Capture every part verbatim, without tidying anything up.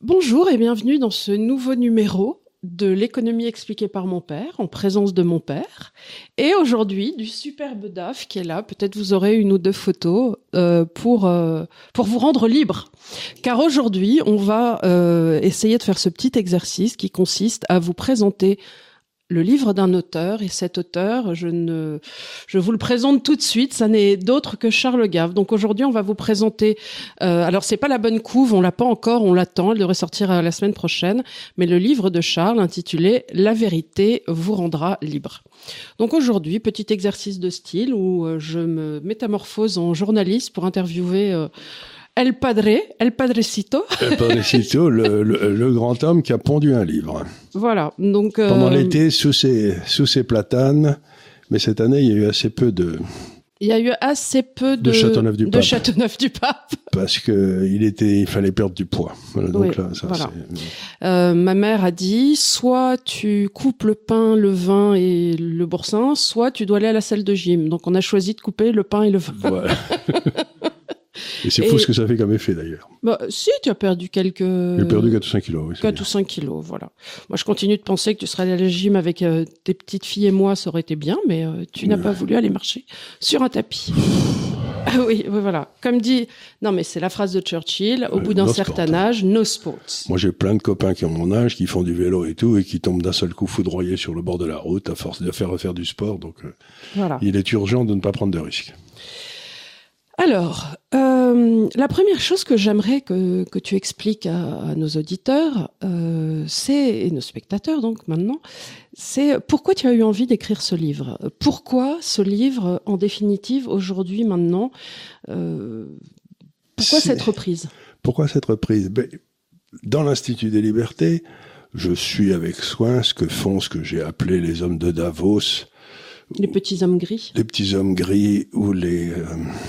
Bonjour et bienvenue dans ce nouveau numéro de l'économie expliquée par mon père, en présence de mon père. Et aujourd'hui, du superbe D A F qui est là. Peut-être vous aurez une ou deux photos euh, pour, euh, pour vous rendre libre. Car aujourd'hui, on va euh, essayer de faire ce petit exercice qui consiste à vous présenter le livre d'un auteur, et cet auteur, je ne, je vous le présente tout de suite, ça n'est d'autre que Charles Gave. Donc aujourd'hui, on va vous présenter, euh, alors c'est pas la bonne couve, on l'a pas encore, on l'attend, elle devrait sortir euh, la semaine prochaine, mais le livre de Charles intitulé « La vérité vous rendra libre ». Donc aujourd'hui, petit exercice de style où euh, je me métamorphose en journaliste pour interviewer euh, El Padre, El Padrecito. El Padrecito, le, le, le grand homme qui a pondu un livre. Voilà. Donc, euh... pendant l'été, sous ses, sous ses platanes. Mais cette année, il y a eu assez peu de... Il y a eu assez peu de, de Châteauneuf-du-Pape. De Châteauneuf-du-Pape. Parce que il était, il fallait perdre du poids. Voilà, donc oui, là, ça, voilà. c'est... Euh, ma mère a dit, soit tu coupes le pain, le vin et le boursin, soit tu dois aller à la salle de gym. Donc on a choisi de couper le pain et le vin. Voilà. Et c'est fou et... ce que ça fait comme effet, d'ailleurs. Bah, si, tu as perdu quelques... J'ai perdu quatre ou cinq kilos, oui. quatre ou cinq kilos, voilà. Moi, je continue de penser que tu serais allé à la gym avec euh, tes petites filles et moi, ça aurait été bien, mais euh, tu n'as ouais. pas voulu aller marcher sur un tapis. Ah oui, oui, voilà. Comme dit... Non, mais c'est la phrase de Churchill, au euh, bout d'un no certain sport. âge, no sports. Moi, j'ai plein de copains qui ont mon âge, qui font du vélo et tout, et qui tombent d'un seul coup foudroyés sur le bord de la route, à force de faire refaire du sport. Donc, euh, voilà. Il est urgent de ne pas prendre de risques. Alors, euh, la première chose que j'aimerais que, que tu expliques à, à nos auditeurs, euh, c'est, et nos spectateurs donc maintenant, c'est pourquoi tu as eu envie d'écrire ce livre. Pourquoi ce livre, en définitive, aujourd'hui, maintenant, euh, pourquoi c'est... cette reprise? Pourquoi cette reprise? Ben, dans l'Institut des Libertés, je suis avec soin ce que font ce que j'ai appelé les hommes de Davos. Les petits hommes gris. Les petits hommes gris ou les... Euh,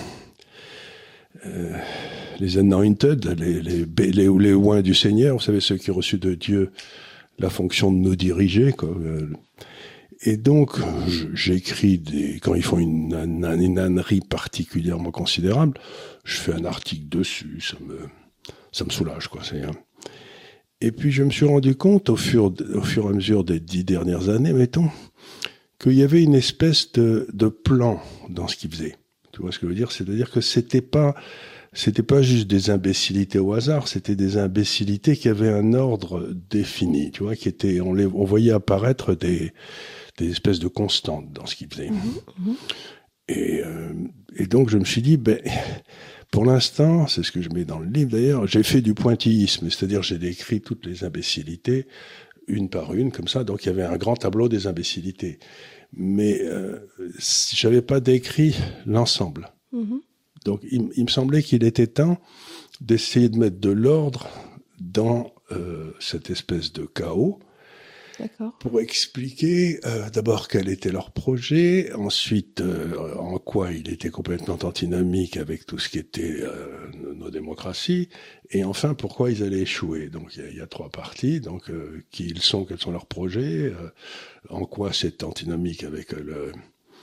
Euh, les anointed, les, les, les, les oins du Seigneur, vous savez, ceux qui ont reçu de Dieu la fonction de nous diriger, quoi. Et donc, j'écris des, quand ils font une, une, une ânerie particulièrement considérable, je fais un article dessus, ça me, ça me soulage, quoi. C'est, hein. Et puis, je me suis rendu compte, au fur, au fur et à mesure des dix dernières années, mettons, qu'il y avait une espèce de, de plan dans ce qu'ils faisaient. Tu vois ce que je veux dire? C'est-à-dire que c'était pas, c'était pas juste des imbécilités au hasard, c'était des imbécilités qui avaient un ordre défini, tu vois, qui étaient, on les, on voyait apparaître des, des espèces de constantes dans ce qu'ils faisaient. Mmh, mmh. Et, euh, et donc je me suis dit, ben, pour l'instant, c'est ce que je mets dans le livre d'ailleurs, j'ai fait du pointillisme, c'est-à-dire j'ai décrit toutes les imbécilités, une par une, comme ça, donc il y avait un grand tableau des imbécilités. Mais euh, j'avais pas décrit l'ensemble. Mmh. Donc il, il me semblait qu'il était temps d'essayer de mettre de l'ordre dans euh, cette espèce de chaos. D'accord. Pour expliquer euh, d'abord quel était leur projet, ensuite euh, en quoi il était complètement antinomique avec tout ce qui était euh, nos démocraties, et enfin pourquoi ils allaient échouer. Donc il y, y a trois parties, donc euh, qui ils sont, quels sont leurs projets, euh, en quoi c'est antinomique avec le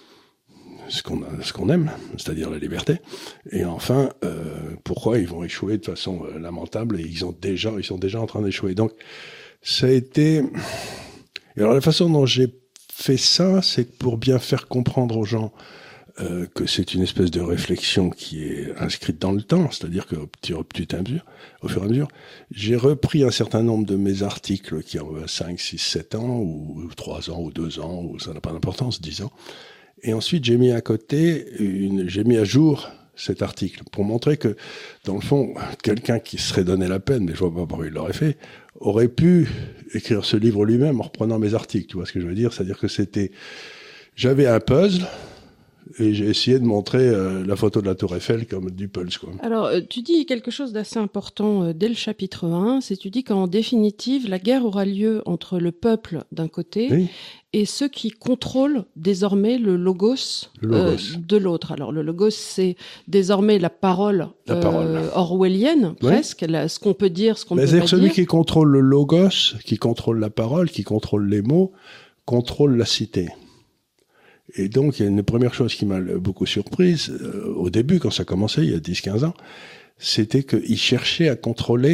ce qu'on a, ce qu'on aime, c'est-à-dire la liberté, et enfin euh, pourquoi ils vont échouer de façon euh, lamentable, et ils ont déjà ils sont déjà en train d'échouer. Donc ça a été... Et alors la façon dont j'ai fait ça, c'est pour bien faire comprendre aux gens euh, que c'est une espèce de réflexion qui est inscrite dans le temps, c'est-à-dire que au petit, au petit à mesure, au fur et à mesure, j'ai repris un certain nombre de mes articles qui ont cinq, six, sept ans, ou trois ans, ou deux ans, ou ça n'a pas d'importance, dix ans, et ensuite j'ai mis à côté, une, j'ai mis à jour cet article, pour montrer que, dans le fond, quelqu'un qui se serait donné la peine, mais je vois pas pourquoi il l'aurait fait, aurait pu écrire ce livre lui-même en reprenant mes articles, tu vois ce que je veux dire? C'est-à-dire que c'était... J'avais un puzzle, et j'ai essayé de montrer euh, la photo de la Tour Eiffel comme du pulse, quoi. Alors, euh, tu dis quelque chose d'assez important euh, dès le chapitre un, c'est tu dis qu'en définitive, la guerre aura lieu entre le peuple d'un côté oui. et ceux qui contrôlent désormais le logos, le logos. Euh, de l'autre. Alors, le logos, c'est désormais la parole, la euh, parole. orwellienne, oui. presque, la, ce qu'on peut dire, ce qu'on ne peut pas dire. C'est-à-dire celui qui contrôle le logos, qui contrôle la parole, qui contrôle les mots, contrôle la cité. Et donc, il y a une première chose qui m'a beaucoup surprise, euh, au début, quand ça commençait, il y a dix quinze ans, c'était qu'ils cherchaient à contrôler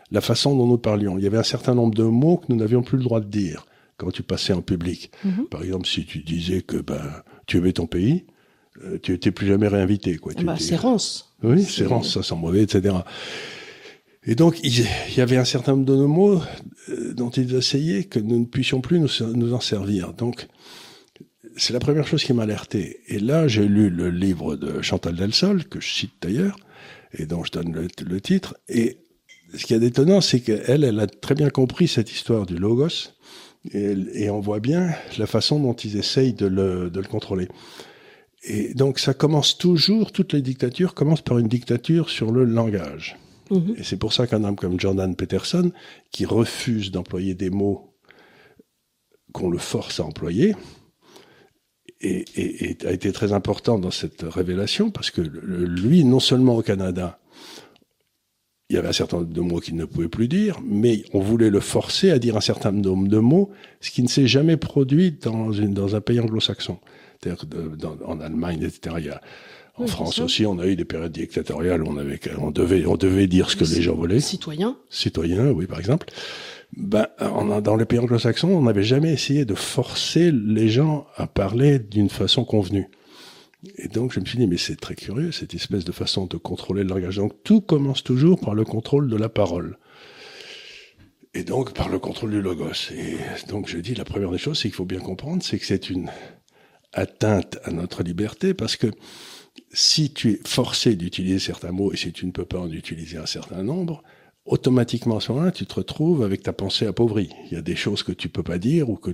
la façon dont nous parlions. Il y avait un certain nombre de mots que nous n'avions plus le droit de dire quand tu passais en public. Mmh. Par exemple, si tu disais que ben, tu aimais ton pays, euh, tu n'étais plus jamais réinvité. Quoi. Tu bah, étais... C'est rance. Oui, c'est, c'est rance, ça sent mauvais, et cetera. Et donc, il y avait un certain nombre de mots euh, dont ils essayaient que nous ne puissions plus nous, nous en servir. Donc, c'est la première chose qui m'a alerté. Et là, j'ai lu le livre de Chantal Delsol, que je cite d'ailleurs, et dont je donne le, le titre. Et ce qui est étonnant, c'est qu'elle, elle a très bien compris cette histoire du logos, et, et on voit bien la façon dont ils essayent de le, de le contrôler. Et donc, ça commence toujours, toutes les dictatures commencent par une dictature sur le langage. Mmh. Et c'est pour ça qu'un homme comme Jordan Peterson, qui refuse d'employer des mots qu'on le force à employer, et, et, et a été très important dans cette révélation, parce que lui, non seulement au Canada, il y avait un certain nombre de mots qu'il ne pouvait plus dire, mais on voulait le forcer à dire un certain nombre de mots, ce qui ne s'est jamais produit dans, une, dans un pays anglo-saxon. C'est-à-dire que de, dans, en Allemagne, et cetera, il y a, en oui, France aussi, on a eu des périodes dictatoriales où on, avait, on, devait, on devait dire ce que les gens voulaient. Citoyens. Citoyens, oui, par exemple. Ben, on, dans les pays anglo-saxons, on n'avait jamais essayé de forcer les gens à parler d'une façon convenue. Et donc, je me suis dit, mais c'est très curieux, cette espèce de façon de contrôler le langage. Donc, tout commence toujours par le contrôle de la parole. Et donc, par le contrôle du logos. Et donc, je dis, la première des choses, c'est qu'il faut bien comprendre, c'est que c'est une atteinte à notre liberté, parce que si tu es forcé d'utiliser certains mots, et si tu ne peux pas en utiliser un certain nombre, automatiquement, à ce moment-là, tu te retrouves avec ta pensée appauvrie. Il y a des choses que tu peux pas dire ou que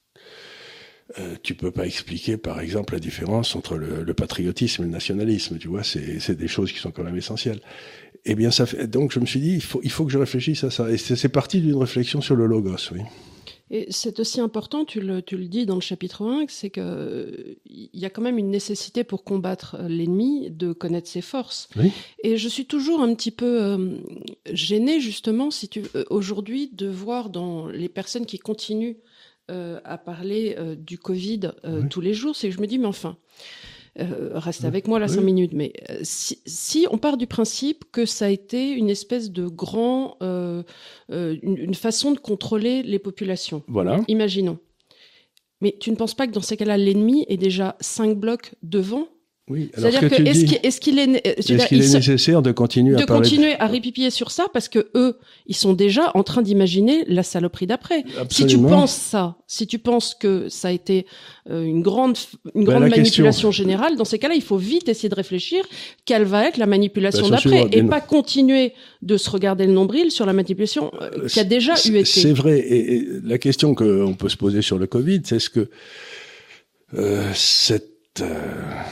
euh, tu peux pas expliquer, par exemple, la différence entre le, le patriotisme et le nationalisme. Tu vois, c'est, c'est des choses qui sont quand même essentielles. Eh bien, ça fait, donc je me suis dit, il faut, il faut que je réfléchisse à ça. Et c'est, c'est parti d'une réflexion sur le logos, oui. Et c'est aussi important, tu le, tu le dis dans le chapitre un, c'est qu'il euh, y a quand même une nécessité pour combattre l'ennemi de connaître ses forces. Oui. Et je suis toujours un petit peu euh, gênée, justement, si tu, euh, aujourd'hui, de voir dans les personnes qui continuent euh, à parler euh, du Covid euh, oui. tous les jours, c'est que je me dis, mais enfin... Euh, reste avec moi là oui. cinq minutes, mais euh, si, si on part du principe que ça a été une espèce de grand, euh, euh, une, une façon de contrôler les populations. Voilà. Imaginons. Mais tu ne penses pas que dans ces cas-là, l'ennemi est déjà cinq blocs devant ? Oui. Alors C'est-à-dire que, que est-ce, dis, qu'il, est-ce qu'il est, est, est, qu'il est nécessaire de continuer de à parler continuer de... à ripipiller sur ça parce que eux, ils sont déjà en train d'imaginer la saloperie d'après. Absolument. Si tu penses ça, si tu penses que ça a été euh, une grande, une ben, grande manipulation question... générale, dans ces cas-là, il faut vite essayer de réfléchir quelle va être la manipulation ben, d'après et pas continuer de se regarder le nombril sur la manipulation euh, qui a déjà c'est, eu été. C'est vrai. Et, et la question qu'on peut se poser sur le Covid, c'est est-ce que euh, cette euh...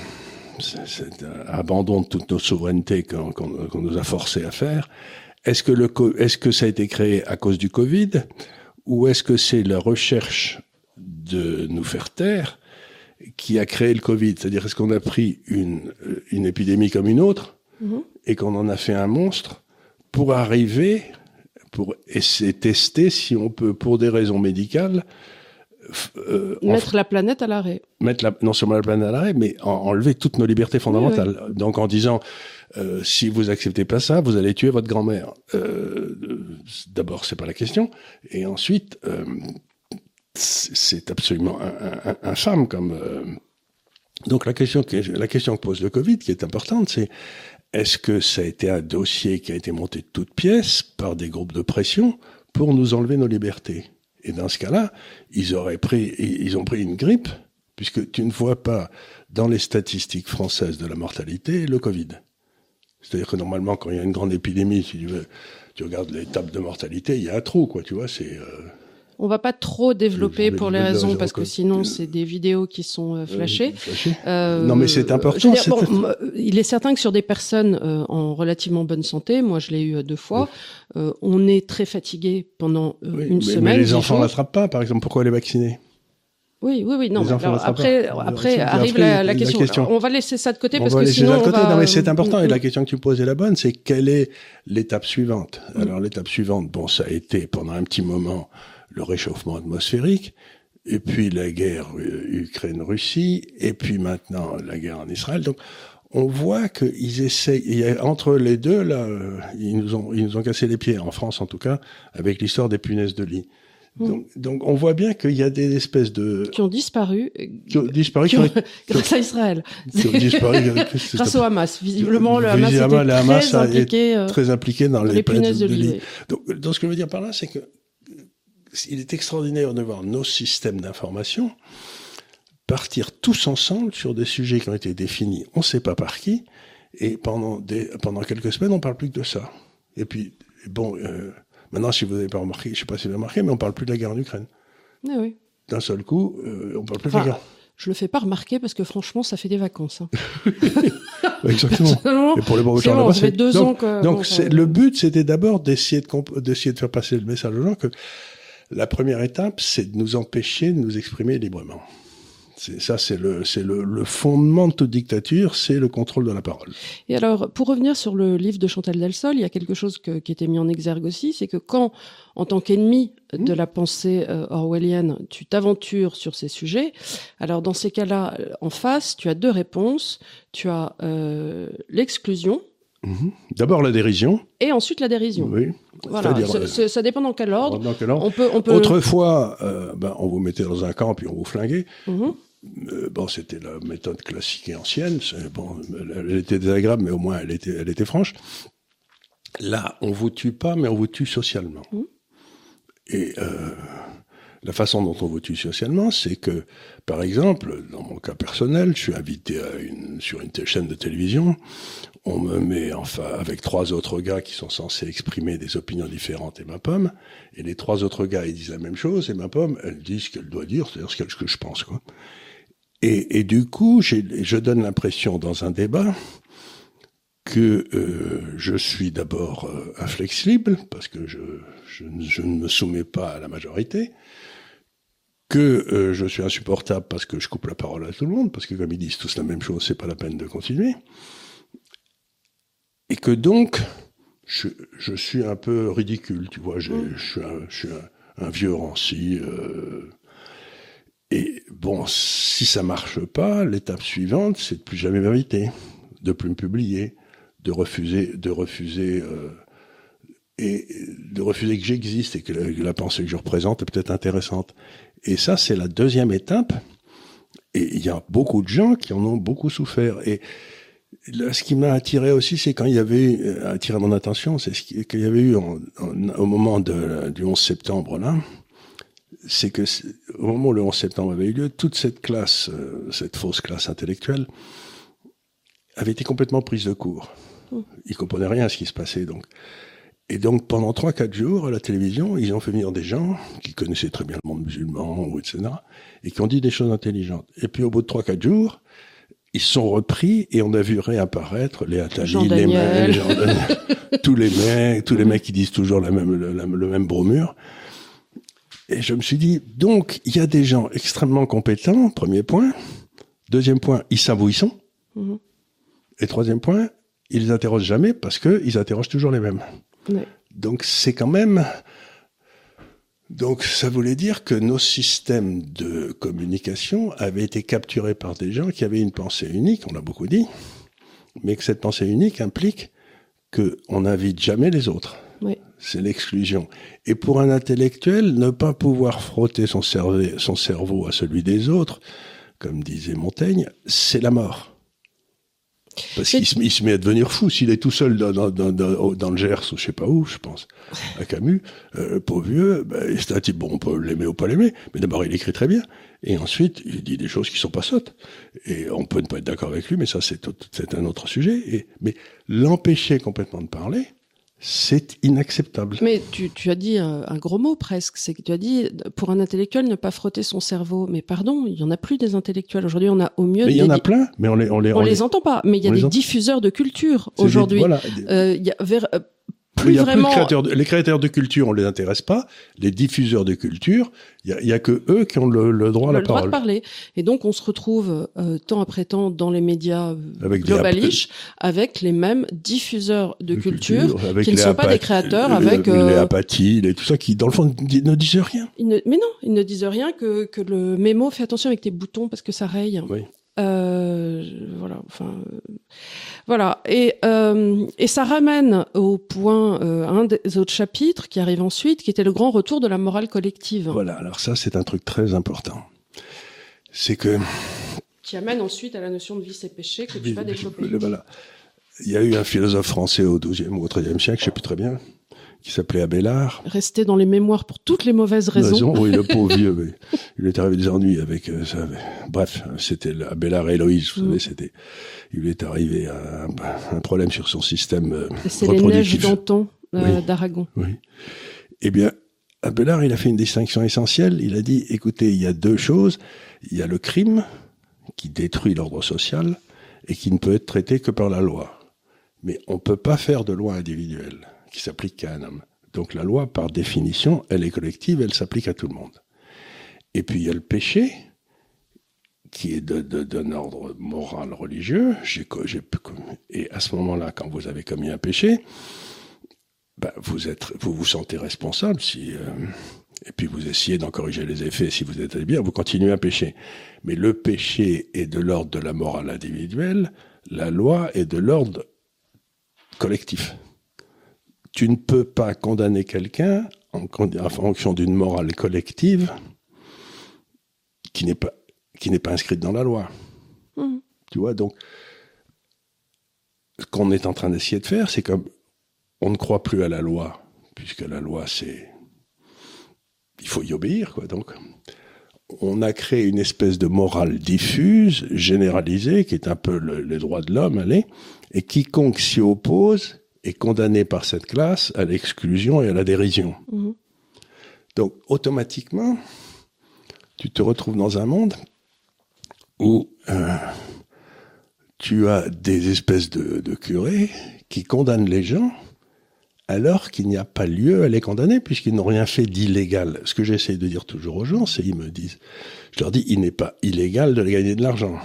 cet abandon de toute notre souveraineté qu'on, qu'on, qu'on nous a forcé à faire, est-ce que, le, est-ce que ça a été créé à cause du Covid ou est-ce que c'est la recherche de nous faire taire qui a créé le Covid ? C'est-à-dire, est-ce qu'on a pris une, une épidémie comme une autre mmh. et qu'on en a fait un monstre pour arriver, pour essayer de tester si on peut, pour des raisons médicales, Euh, mettre en, la planète à l'arrêt. Mettre la, non seulement la planète à l'arrêt, mais en, enlever toutes nos libertés fondamentales. Oui, oui. Donc en disant, euh, si vous acceptez pas ça, vous allez tuer votre grand-mère. Euh, d'abord, c'est pas la question. Et ensuite, euh, c'est absolument infâme comme. Euh... Donc la question, que, la question que pose le Covid, qui est importante, c'est est-ce que ça a été un dossier qui a été monté de toutes pièces par des groupes de pression pour nous enlever nos libertés ? Et dans ce cas-là, ils auraient pris, ils ont pris une grippe, puisque tu ne vois pas dans les statistiques françaises de la mortalité le Covid. C'est-à-dire que normalement, quand il y a une grande épidémie, si tu veux, tu regardes les tables de mortalité, il y a un trou, quoi, tu vois, c'est... Euh... On va pas trop développer pour les raisons, parce que sinon, c'est des vidéos qui sont euh, flashées. Euh, non, mais c'est important. Dire, bon, il est certain que sur des personnes euh, en relativement bonne santé, moi je l'ai eu deux fois, oui. euh, on est très fatigué pendant euh, oui, une mais, semaine. Mais les enfants l'attrapent pas, par exemple, pourquoi les vacciner ? Oui, oui, oui, non. Mais alors, après, pas. après arrive après, la, la, question. la question. On va laisser ça de côté on parce va que laisser sinon ça de côté. on va... Non, mais c'est important. Et la question que tu me posais la bonne, c'est quelle est l'étape suivante ? Mm. Alors l'étape suivante, bon, ça a été pendant un petit moment le réchauffement atmosphérique, et puis la guerre Ukraine-Russie, et puis maintenant la guerre en Israël. Donc, on voit qu'ils essayent, il y a, entre les deux, là, euh, ils nous ont, ils nous ont cassé les pieds, en France en tout cas, avec l'histoire des punaises de lit. Mmh. Donc, donc, on voit bien qu'il y a des espèces de... Qui ont disparu. Qui ont disparu. Qui ont, qui ont, grâce à Israël. Qui ont disparu. grâce au Hamas. Visiblement, le Hamas Visiblement, était le Hamas très, impliqué, est très impliqué dans, dans les, les punaises de, de lit. lit. Donc, donc, ce que je veux dire par là, c'est que il est extraordinaire de voir nos systèmes d'information partir tous ensemble sur des sujets qui ont été définis, on ne sait pas par qui, et pendant, des, pendant quelques semaines, on ne parle plus que de ça. Et puis, bon, euh, maintenant, si vous n'avez pas remarqué, je ne sais pas si vous avez remarqué, mais on ne parle plus de la guerre en Ukraine. Ah oui. D'un seul coup, euh, on ne parle plus enfin, de la guerre. Je le fais pas remarquer parce que franchement, ça fait des vacances. Hein. Exactement. Et pour les pauvres gens bon, là-bas, c'est deux donc, ans que, donc bon, c'est, le but, c'était d'abord d'essayer de, comp- d'essayer de faire passer le message aux gens que la première étape, c'est de nous empêcher de nous exprimer librement. C'est, ça, c'est le, c'est le, le fondement de toute dictature, c'est le contrôle de la parole. Et alors, pour revenir sur le livre de Chantal Delsol, il y a quelque chose que, qui était mis en exergue aussi, c'est que quand, en tant qu'ennemi mmh. de la pensée euh, orwellienne, tu t'aventures sur ces sujets, alors dans ces cas-là, en face, tu as deux réponses. Tu as euh, l'exclusion. Mmh. D'abord la dérision. Et ensuite la dérision. Oui. Voilà, c'est, c'est, ça dépend dans quel ordre. Dans quel ordre. On peut, on peut... Autrefois, euh, ben, on vous mettait dans un camp puis on vous flinguait. Mmh. Euh, bon, c'était la méthode classique et ancienne. C'est, bon, elle était désagréable, mais au moins elle était, elle était franche. Là, on vous tue pas, mais on vous tue socialement. Mmh. Et euh, la façon dont on vous tue socialement, c'est que, par exemple, dans mon cas personnel, je suis invité à une, sur une chaîne de télévision. On me met enfin avec trois autres gars qui sont censés exprimer des opinions différentes et ma pomme. Et les trois autres gars, ils disent la même chose et ma pomme, elle dit ce qu'elle doit dire, c'est-à-dire ce que je pense, quoi. Et, et du coup, j'ai, je donne l'impression dans un débat que euh, je suis d'abord euh, inflexible, parce que je, je, je ne me soumets pas à la majorité, que euh, je suis insupportable parce que je coupe la parole à tout le monde, parce que comme ils disent tous la même chose, c'est pas la peine de continuer, et que donc je, je suis un peu ridicule, tu vois, je, mmh. je suis un, je suis un, un vieux ranci. Euh, et bon, si ça marche pas, l'étape suivante, c'est de plus jamais m'inviter, de plus me publier, de refuser, de refuser, euh, et de refuser que j'existe et que la, que la pensée que je représente est peut-être intéressante. Et ça, c'est la deuxième étape. Et il y a beaucoup de gens qui en ont beaucoup souffert. Et là, ce qui m'a attiré aussi, c'est quand il y avait eu, attiré mon attention, c'est ce qu'il y avait eu en, en, au moment de, du onze septembre, là, c'est que au moment où le onze septembre avait eu lieu, toute cette classe, euh, cette fausse classe intellectuelle, avait été complètement prise de court. Ils comprenaient rien à ce qui se passait, donc. Et donc, pendant trois, quatre jours, à la télévision, ils ont fait venir des gens qui connaissaient très bien le monde musulman, ou et cetera, et qui ont dit des choses intelligentes. Et puis, au bout de trois, quatre jours, ils se sont repris et on a vu réapparaître les Attali, les mecs, Jean tous les mecs, tous les mecs qui disent toujours la même, le, le même bromure. Et je me suis dit, donc, il y a des gens extrêmement compétents, premier point. Deuxième point, ils savent où ils sont. Mmh. Et troisième point, ils les interrogent jamais parce que ils interrogent toujours les mêmes. Oui. Donc, c'est quand même... Donc, ça voulait dire que nos systèmes de communication avaient été capturés par des gens qui avaient une pensée unique, on l'a beaucoup dit, mais que cette pensée unique implique qu'on n'invite jamais les autres. Oui. C'est l'exclusion. Et pour un intellectuel, ne pas pouvoir frotter son cerveau, son cerveau à celui des autres, comme disait Montaigne, c'est la mort. Parce qu'il se, il se met à devenir fou. S'il est tout seul dans, dans, dans, dans, dans le Gers ou je sais pas où, je pense, à Camus, euh, pauvre vieux, ben, c'est un type, bon, on peut l'aimer ou pas l'aimer, mais d'abord il écrit très bien, et ensuite il dit des choses qui sont pas sottes. Et on peut ne pas être d'accord avec lui, mais ça c'est, tout, c'est un autre sujet. Et, mais l'empêcher complètement de parler, c'est inacceptable. Mais tu, tu as dit un, un gros mot presque, c'est que tu as dit, pour un intellectuel, ne pas frotter son cerveau. Mais pardon, il y en a plus des intellectuels. Aujourd'hui, on a au mieux... Mais il y en a plein, mais on les... On les, on on les, les entend pas, mais il y a des diffuseurs de culture c'est aujourd'hui. Des, voilà. Euh, il y a vers, euh, plus il y a vraiment... plus de créateurs de, les créateurs de culture, on les intéresse pas. Les diffuseurs de culture, il y a, il y a que eux qui ont le, le droit à la le droit parole. de parler. Et donc, on se retrouve euh, temps après temps dans les médias avec globaliches, avec les mêmes diffuseurs de, de culture, culture avec qui ne sont pas des créateurs, le, avec euh, les apathies, les tout ça, qui dans le fond ne disent rien. Ils ne, mais non, ils ne disent rien que que le mémo. Fais attention avec tes boutons parce que ça raye. Oui. Euh, voilà. Enfin. Voilà, et euh, et ça ramène au point euh, un des autres chapitres qui arrive ensuite, qui était le grand retour de la morale collective. Voilà, alors ça c'est un truc très important. C'est que... Qui amène ensuite à la notion de vice et péché que tu vas développer. Voilà. Il y a eu un philosophe français au douzième ou au treizième siècle, je sais plus très bien, qui s'appelait Abélard. Resté dans les mémoires pour toutes les mauvaises raisons. Raison, oui, le pauvre vieux, mais il lui est arrivé des ennuis avec euh, ça. Bref, c'était Abélard et Héloïse, vous mmh. savez, c'était, il lui est arrivé un, un problème sur son système euh, c'est reproductif. Les neiges d'Anton euh, oui. d'Aragon. Oui. Eh bien, Abélard, il a fait une distinction essentielle. Il a dit, écoutez, il y a deux choses. Il y a le crime qui détruit l'ordre social et qui ne peut être traité que par la loi. Mais on ne peut pas faire de loi individuelle qui s'applique qu'à un homme. Donc la loi, par définition, elle est collective, elle s'applique à tout le monde. Et puis il y a le péché, qui est de, de, d'un ordre moral religieux. J'ai, j'ai, et à ce moment-là, quand vous avez commis un péché, ben, vous êtes, vous vous sentez responsable. Si, euh, et puis vous essayez d'en corriger les effets. Si vous êtes bien, vous continuez à pécher. Mais le péché est de l'ordre de la morale individuelle. La loi est de l'ordre collectif. Tu ne peux pas condamner quelqu'un en, en fonction d'une morale collective qui n'est pas, qui n'est pas inscrite dans la loi. Mmh. Tu vois, donc, ce qu'on est en train d'essayer de faire, c'est comme on ne croit plus à la loi, puisque la loi, c'est... il faut y obéir, quoi. Donc, on a créé une espèce de morale diffuse, généralisée, qui est un peu le, les droits de l'homme, allez, et quiconque s'y oppose est condamné par cette classe à l'exclusion et à la dérision. Mmh. Donc, automatiquement, tu te retrouves dans un monde où euh, tu as des espèces de, de curés qui condamnent les gens alors qu'il n'y a pas lieu à les condamner puisqu'ils n'ont rien fait d'illégal. Ce que j'essaie de dire toujours aux gens, c'est ils me disent, je leur dis, il n'est pas illégal de gagner de l'argent.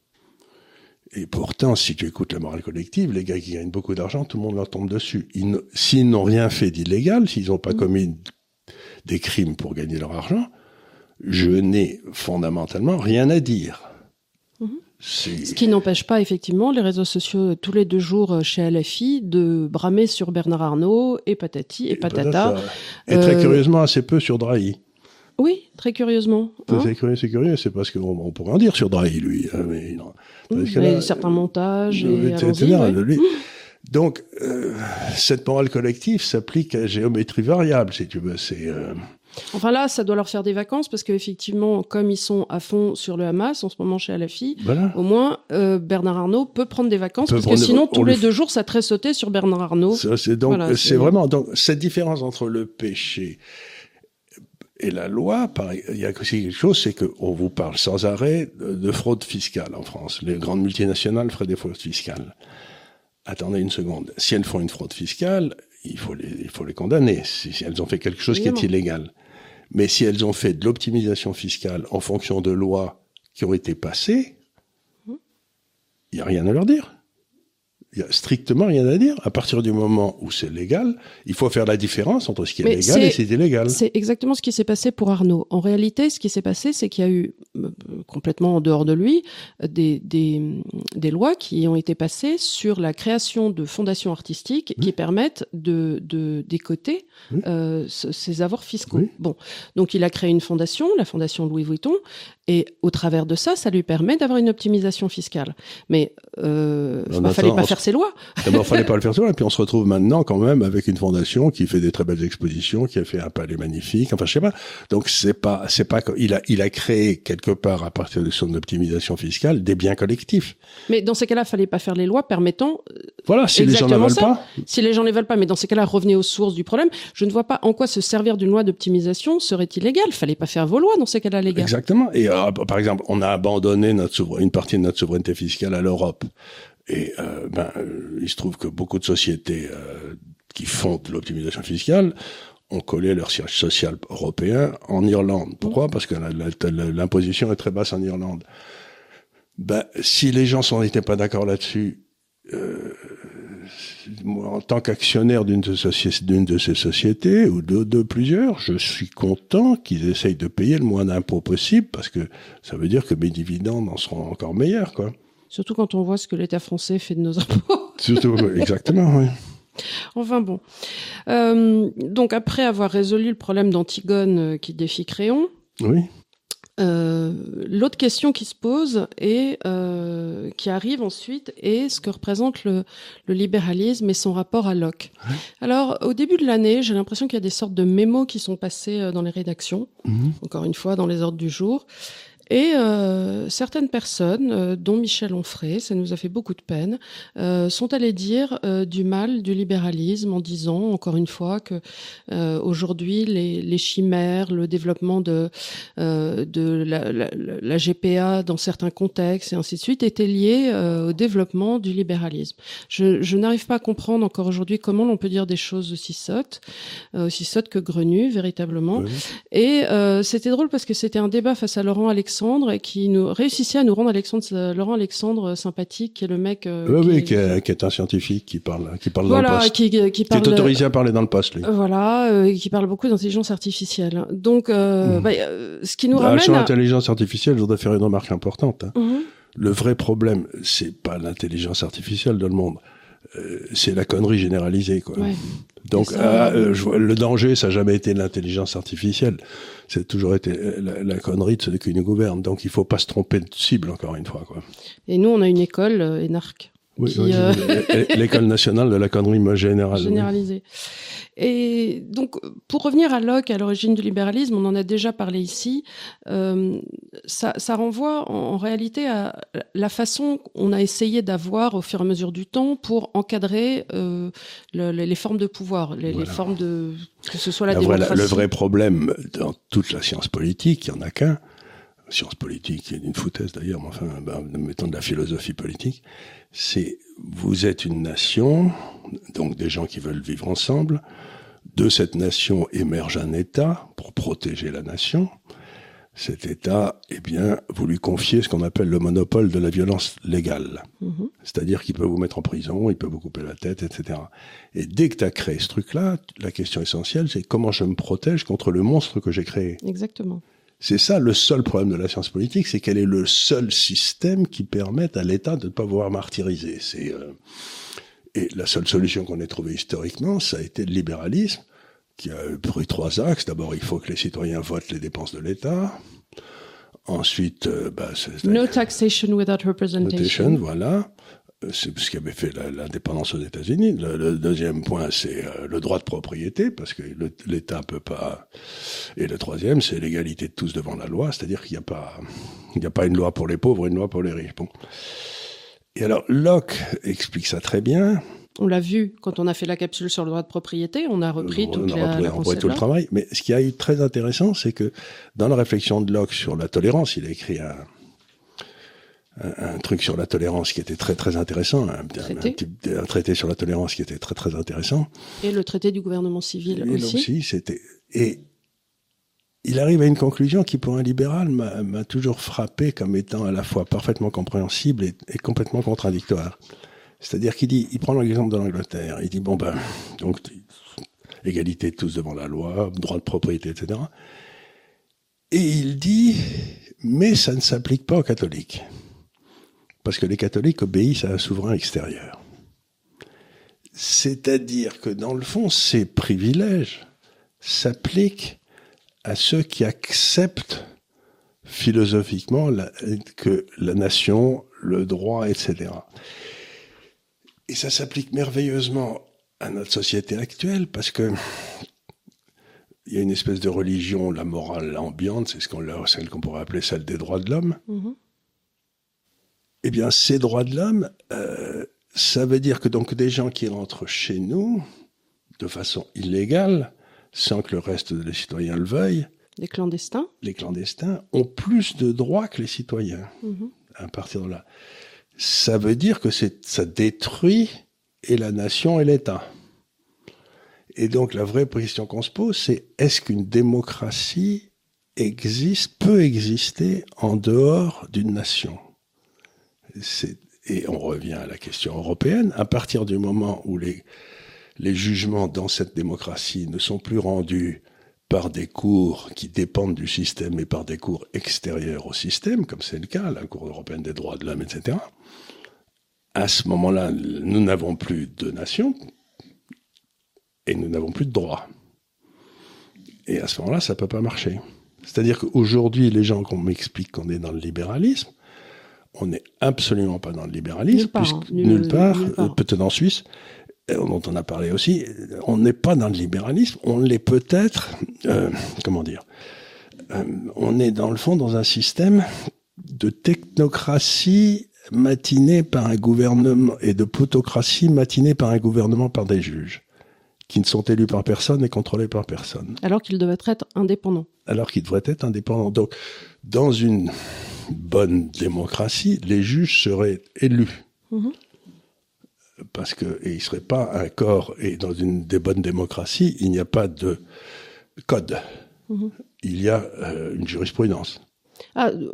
Et pourtant, si tu écoutes la morale collective, les gars qui gagnent beaucoup d'argent, tout le monde leur tombe dessus. Ils ne, s'ils n'ont rien fait d'illégal, s'ils n'ont pas mmh. commis des crimes pour gagner leur argent, je n'ai fondamentalement rien à dire. Mmh. C'est... Ce qui n'empêche pas, effectivement, les réseaux sociaux, tous les deux jours chez L F I, de bramer sur Bernard Arnault et patati et, et patata. Et euh... très curieusement, assez peu sur Drahi. Oui, très curieusement. Hein. C'est curieux, c'est curieux, c'est parce qu'on on pourrait en dire sur Drahi, lui. Hein, mais non. Mmh, que là, certains montages, et et cetera. Ouais. Lui. Donc, euh, cette morale collective s'applique à géométrie variable, si tu veux. C'est... Euh... Enfin là, ça doit leur faire des vacances parce qu'effectivement, comme ils sont à fond sur le Hamas en ce moment chez L F I, voilà. Au moins euh, Bernard Arnault peut prendre des vacances peut parce que sinon des... tous les le... deux jours ça te sauter sur Bernard Arnault. Ça, c'est donc voilà, c'est... c'est vraiment donc cette différence entre le péché et la loi. Pareil, il y a aussi quelque chose, c'est que on vous parle sans arrêt de, de fraude fiscale en France. Les grandes multinationales feraient des fraudes fiscales. Attendez une seconde. Si elles font une fraude fiscale, il faut les, il faut les condamner. Si, si elles ont fait quelque chose Évidemment. Qui est illégal. Mais si elles ont fait de l'optimisation fiscale en fonction de lois qui ont été passées, il n'y a rien à leur dire. Il n'y a strictement rien à dire. À partir du moment où c'est légal, il faut faire la différence entre ce qui est Mais légal c'est, et ce qui est illégal. C'est exactement ce qui s'est passé pour Arnault. En réalité, ce qui s'est passé, c'est qu'il y a eu, euh, complètement en dehors de lui, des, des, des lois qui ont été passées sur la création de fondations artistiques oui. qui permettent de, de décoter oui. euh, ces avoirs fiscaux. Oui. Bon, donc il a créé une fondation, la fondation Louis Vuitton, et au travers de ça, ça lui permet d'avoir une optimisation fiscale. Mais euh, il ne fallait pas faire ces lois. D'abord, il fallait pas le faire ces lois. Et puis on se retrouve maintenant quand même avec une fondation qui fait des très belles expositions, qui a fait un palais magnifique. Enfin, je sais pas. Donc c'est pas, c'est pas. Il a, il a créé quelque part à partir de son optimisation fiscale des biens collectifs. Mais dans ces cas-là, il fallait pas faire les lois permettant. Voilà, si les gens ne veulent pas. Si les gens ne veulent pas, mais dans ces cas-là, revenez aux sources du problème. Je ne vois pas en quoi se servir d'une loi d'optimisation serait illégal. Il fallait pas faire vos lois dans ces cas-là, les gars. Exactement. Et euh, par exemple, on a abandonné notre souverain... une partie de notre souveraineté fiscale à l'Europe. Et euh, ben, euh, il se trouve que beaucoup de sociétés euh, qui font de l'optimisation fiscale ont collé leur siège social européen en Irlande. Pourquoi ? Parce que la, la, l'imposition est très basse en Irlande. Ben, si les gens n'étaient pas d'accord là-dessus, euh, moi, en tant qu'actionnaire d'une de, soci- d'une de ces sociétés, ou de, de plusieurs, je suis content qu'ils essayent de payer le moins d'impôts possible, parce que ça veut dire que mes dividendes en seront encore meilleurs, quoi. Surtout quand on voit ce que l'État français fait de nos impôts. Surtout, exactement, oui. Enfin bon. Euh, donc après avoir résolu le problème d'Antigone euh, qui défie Créon, oui. euh, l'autre question qui se pose et euh, qui arrive ensuite est ce que représente le, le libéralisme et son rapport à Locke. Oui. Alors au début de l'année, j'ai l'impression qu'il y a des sortes de mémos qui sont passés dans les rédactions, mmh. encore une fois dans les ordres du jour. Et euh, certaines personnes, euh, dont Michel Onfray, ça nous a fait beaucoup de peine, euh, sont allées dire euh, du mal du libéralisme en disant, encore une fois, que euh, aujourd'hui les, les chimères, le développement de, euh, de la, la, la G P A dans certains contextes et ainsi de suite étaient liés euh, au développement du libéralisme. Je, je n'arrive pas à comprendre encore aujourd'hui comment l'on peut dire des choses aussi sottes, euh, aussi sottes que grenues, véritablement. Oui. Et euh, c'était drôle parce que c'était un débat face à Laurent Alexandre et qui nous réussissait à nous rendre Alexandre, Laurent Alexandre sympathique, qui est le mec. Euh, oui, qui, oui, est, qui, est, qui est un scientifique qui parle, qui parle voilà, dans le poste. Qui, qui, qui, parle, qui est autorisé à parler dans le poste, lui. Euh, voilà, euh, qui parle beaucoup d'intelligence artificielle. Donc, euh, mmh. bah, euh, ce qui nous bah, ramène. Sur à... l'intelligence artificielle, je voudrais faire une remarque importante. Hein. Mmh. Le vrai problème, c'est pas l'intelligence artificielle dans le monde. Euh, c'est la connerie généralisée, quoi. Ouais. Donc, ça, euh, euh, je, le danger, ça n'a jamais été l'intelligence artificielle. C'est toujours été la, la connerie de ceux qui nous gouvernent. Donc, il faut pas se tromper de cible, encore une fois, quoi. Et nous, on a une école, euh, ENARC. Oui, qui, oui euh... l'école nationale de la connerie générale. Généralisée. Oui. Et donc, pour revenir à Locke, à l'origine du libéralisme, on en a déjà parlé ici, euh, ça, ça renvoie en, en réalité à la façon qu'on a essayé d'avoir au fur et à mesure du temps pour encadrer euh, le, les, les formes de pouvoir, les, voilà. les formes de... que ce soit la, la démocratie. Vraie, le vrai problème dans toute la science politique, il n'y en a qu'un, science politique, il y a une foutaise d'ailleurs, mais enfin, ben, mettons de la philosophie politique, c'est vous êtes une nation, donc des gens qui veulent vivre ensemble. De cette nation émerge un État pour protéger la nation. Cet État, eh bien, vous lui confiez ce qu'on appelle le monopole de la violence légale. Mmh. C'est-à-dire qu'il peut vous mettre en prison, il peut vous couper la tête, et cetera. Et dès que tu as créé ce truc-là, la question essentielle, c'est comment je me protège contre le monstre que j'ai créé. Exactement. C'est ça le seul problème de la science politique, c'est qu'elle est le seul système qui permette à l'État de ne pas pouvoir martyriser. C'est, euh... Et la seule solution qu'on ait trouvée historiquement, ça a été le libéralisme, qui a pris trois axes. D'abord, il faut que les citoyens votent les dépenses de l'État. Ensuite, euh, bah, c'est... No taxation without representation. Voilà. C'est ce qui avait fait la, l'indépendance aux États-Unis. Le, le deuxième point, c'est euh, le droit de propriété, parce que le, l'État peut pas. Et le troisième, c'est l'égalité de tous devant la loi, c'est-à-dire qu'il n'y a pas, il n'y a pas une loi pour les pauvres, une loi pour les riches. Bon. Et alors, Locke explique ça très bien. On l'a vu quand on a fait la capsule sur le droit de propriété, on a repris on, toute on a la, repris, la on a repris tout le travail. Mais ce qui a eu très intéressant, c'est que dans la réflexion de Locke sur la tolérance, il a écrit un, un, un truc sur la tolérance qui était très très intéressant, un, traité. Un, un, un traité sur la tolérance qui était très très intéressant. Et le traité du gouvernement civil et aussi. aussi c'était et il arrive à une conclusion qui, pour un libéral, m'a, m'a toujours frappé comme étant à la fois parfaitement compréhensible et, et complètement contradictoire. C'est-à-dire qu'il dit, il prend l'exemple de l'Angleterre, il dit, bon ben, donc, égalité de tous devant la loi, droit de propriété, et cetera. Et il dit, mais ça ne s'applique pas aux catholiques. Parce que les catholiques obéissent à un souverain extérieur. C'est-à-dire que, dans le fond, ces privilèges s'appliquent à ceux qui acceptent philosophiquement la, que la nation, le droit, et cetera. Et ça s'applique merveilleusement à notre société actuelle parce que il y a une espèce de religion, la morale ambiante, c'est ce qu'on, celle qu'on pourrait appeler celle des droits de l'homme. Mmh. Eh bien, ces droits de l'homme, euh, ça veut dire que donc des gens qui rentrent chez nous de façon illégale, sans que le reste des citoyens le veuillent. Les clandestins. Les clandestins ont plus de droits que les citoyens, mmh. à partir de là. Ça veut dire que c'est, ça détruit et la nation et l'État. Et donc la vraie question qu'on se pose, c'est est-ce qu'une démocratie existe, peut exister en dehors d'une nation ? C'est, et on revient à la question européenne. À partir du moment où les, les jugements dans cette démocratie ne sont plus rendus par des cours qui dépendent du système et par des cours extérieurs au système, comme c'est le cas, la Cour européenne des droits de l'homme, et cetera, à ce moment-là, nous n'avons plus de nation et nous n'avons plus de droit. Et à ce moment-là, ça peut pas marcher. C'est-à-dire qu'aujourd'hui, les gens qu'on m'explique qu'on est dans le libéralisme, on n'est absolument pas dans le libéralisme, nulle part, puisque hein, nulle, nulle part, nulle part. Euh, peut-être en Suisse, dont on a parlé aussi, on n'est pas dans le libéralisme, on l'est peut-être, euh, comment dire, euh, on est dans le fond dans un système de technocratie matinée par un gouvernement et de plutocratie matinée par un gouvernement par des juges qui ne sont élus par personne et contrôlés par personne. Alors qu'ils devaient être indépendants. Alors qu'ils devraient être indépendants. Donc, dans une bonne démocratie, les juges seraient élus. Mmh. Parce que, et ils seraient pas un corps, et dans une des bonnes démocraties, il n'y a pas de code. Mmh. Il y a euh, une jurisprudence. Ah, euh,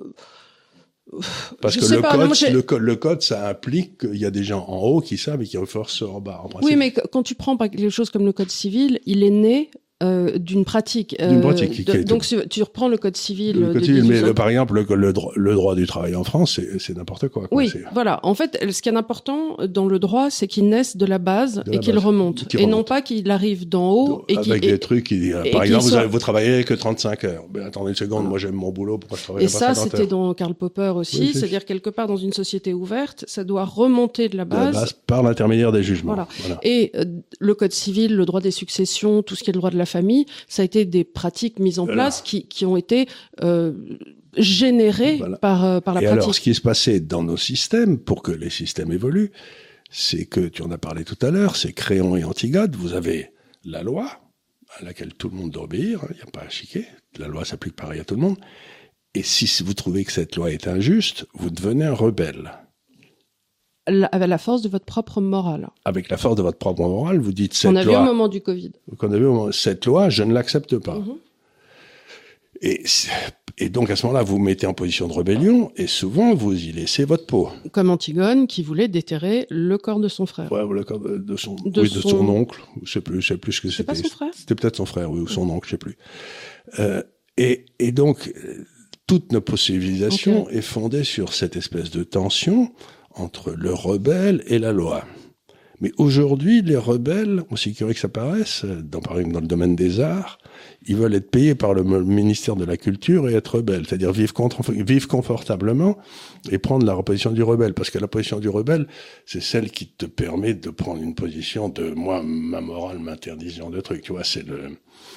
Parce que le, pas, code, non, le, code, le code, ça implique qu'il y a des gens en haut qui savent et qui renforcent en bas. En oui, mais quand tu prends quelque chose comme le code civil, il est né euh, d'une pratique. Euh, d'une pratique. De, donc tu, tu reprends le code civil. Le code de civil, mais le, par exemple, le, le, droit, le droit du travail en France, c'est, c'est n'importe quoi. quoi. Oui, c'est... voilà. En fait, ce qui est important dans le droit, c'est qu'il naisse de la base de et qu'il remonte. Et remonte. Non pas qu'il arrive d'en haut. Et qu'il, avec et, des trucs qui disent, par exemple, vous, avez, vous travaillez que trente-cinq heures. Ben, attendez une seconde, ah. moi j'aime mon boulot, pourquoi je travaille et pas ça, cinquante c'était heures. Dans Karl Popper aussi. Oui, c'est... C'est-à-dire, quelque part, dans une société ouverte, ça doit remonter de la base. De la base par l'intermédiaire des jugements. Voilà. voilà. Et euh, le code civil, le droit des successions, tout ce qui est le droit de la famille, ça a été des pratiques mises en voilà. place qui, qui ont été euh, générées voilà. par, euh, par la et pratique. Et alors, ce qui se passait dans nos systèmes, pour que les systèmes évoluent, c'est que, tu en as parlé tout à l'heure, c'est Créon et Antigone, vous avez la loi, à laquelle tout le monde doit obéir, il n'y a pas à chiquer, la loi s'applique pareil à tout le monde, et si vous trouvez que cette loi est injuste, vous devenez un rebelle. Avec la force de votre propre morale. Avec la force de votre propre morale, vous dites cette loi... On a loi, vu au moment du Covid. Qu'on a vu au moment, cette loi, je ne l'accepte pas. Mm-hmm. Et, et donc, à ce moment-là, vous vous mettez en position de rébellion, et souvent, vous y laissez votre peau. Comme Antigone, qui voulait déterrer le corps de son frère. Ouais, le corps de son, de oui, son... de son oncle. Je sais plus, je sais plus ce que c'était. C'était pas son frère? C'était peut-être son frère, oui, ou son oncle, je sais plus. Euh, et, et donc, toute notre civilisation okay. est fondée sur cette espèce de tension entre le rebelle et la loi. Mais aujourd'hui, les rebelles, aussi curieux que ça paraisse, dans, par exemple dans le domaine des arts, ils veulent être payés par le ministère de la Culture et être rebelles, c'est-à-dire vivre, contre, vivre confortablement et prendre la position du rebelle. Parce que la position du rebelle, c'est celle qui te permet de prendre une position de « moi, ma morale m'interdit ce genre de trucs ». Tu vois, c'est le...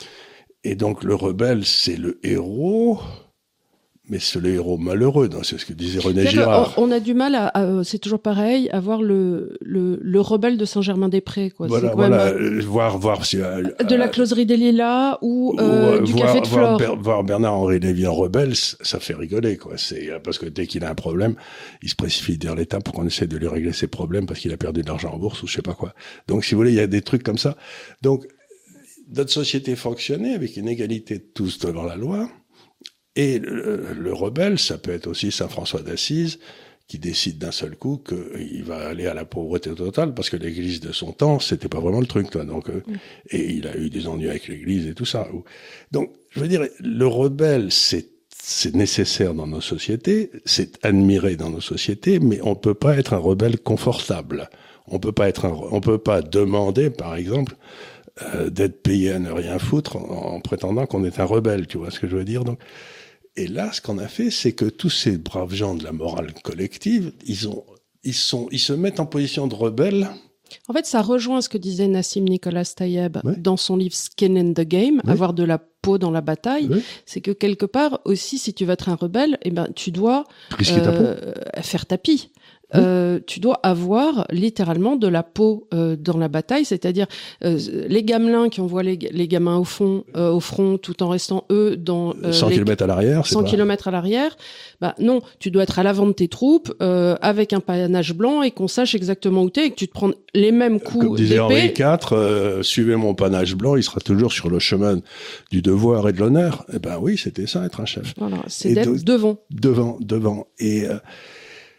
Et donc le rebelle, c'est le héros... Mais c'est le héros malheureux, non, c'est ce que disait René Girard. On, on a du mal à, à c'est toujours pareil, à voir le, le, le rebelle de Saint-Germain-des-Prés, quoi. Voilà, c'est voilà, même, euh, voir, voir si, euh, de la closerie des Lilas ou, euh, ou du voir, café de Flore. Voir, voir Bernard-Henri Lévy en rebelle, ça fait rigoler, quoi. C'est, parce que dès qu'il a un problème, il se précipite vers l'État pour qu'on essaie de lui régler ses problèmes parce qu'il a perdu de l'argent en bourse ou je sais pas quoi. Donc, si vous voulez, il y a des trucs comme ça. Donc, notre société fonctionnait avec une égalité de tous devant la loi. Et le, le rebelle, ça peut être aussi Saint François d'Assise, qui décide d'un seul coup qu'il va aller à la pauvreté totale, parce que l'Église de son temps, c'était pas vraiment le truc, toi. Donc, euh, mmh. Et il a eu des ennuis avec l'Église et tout ça. Donc, je veux dire, le rebelle, c'est c'est nécessaire dans nos sociétés, c'est admiré dans nos sociétés, mais on peut pas être un rebelle confortable. On peut pas être un, on peut pas demander, par exemple, euh, d'être payé à ne rien foutre en, en prétendant qu'on est un rebelle. Tu vois ce que je veux dire? Donc, et là, ce qu'on a fait, c'est que tous ces braves gens de la morale collective, ils ont, ils sont, ils se mettent en position de rebelles. En fait, ça rejoint ce que disait Nassim Nicholas Taleb ouais. dans son livre Skin in the Game, oui. avoir de la peau dans la bataille. Oui. C'est que quelque part aussi, si tu veux être un rebelle, eh ben, tu dois euh, ta faire tapis. Oui. Euh, tu dois avoir littéralement de la peau euh, dans la bataille, c'est-à-dire euh, les gamelins qui envoient les, les gamins au fond, euh, au front, tout en restant eux dans euh, cent kilomètres à l'arrière, cent kilomètres à l'arrière. Bah non, tu dois être à l'avant de tes troupes euh, avec un panache blanc et qu'on sache exactement où t'es et que tu te prends les mêmes coups Comme disait d'épée. Henri quatre, euh, suivez mon panache blanc, il sera toujours sur le chemin du devoir et de l'honneur. Eh ben oui, c'était ça être un chef. Voilà, c'est et d'être de, devant. Devant, devant et euh,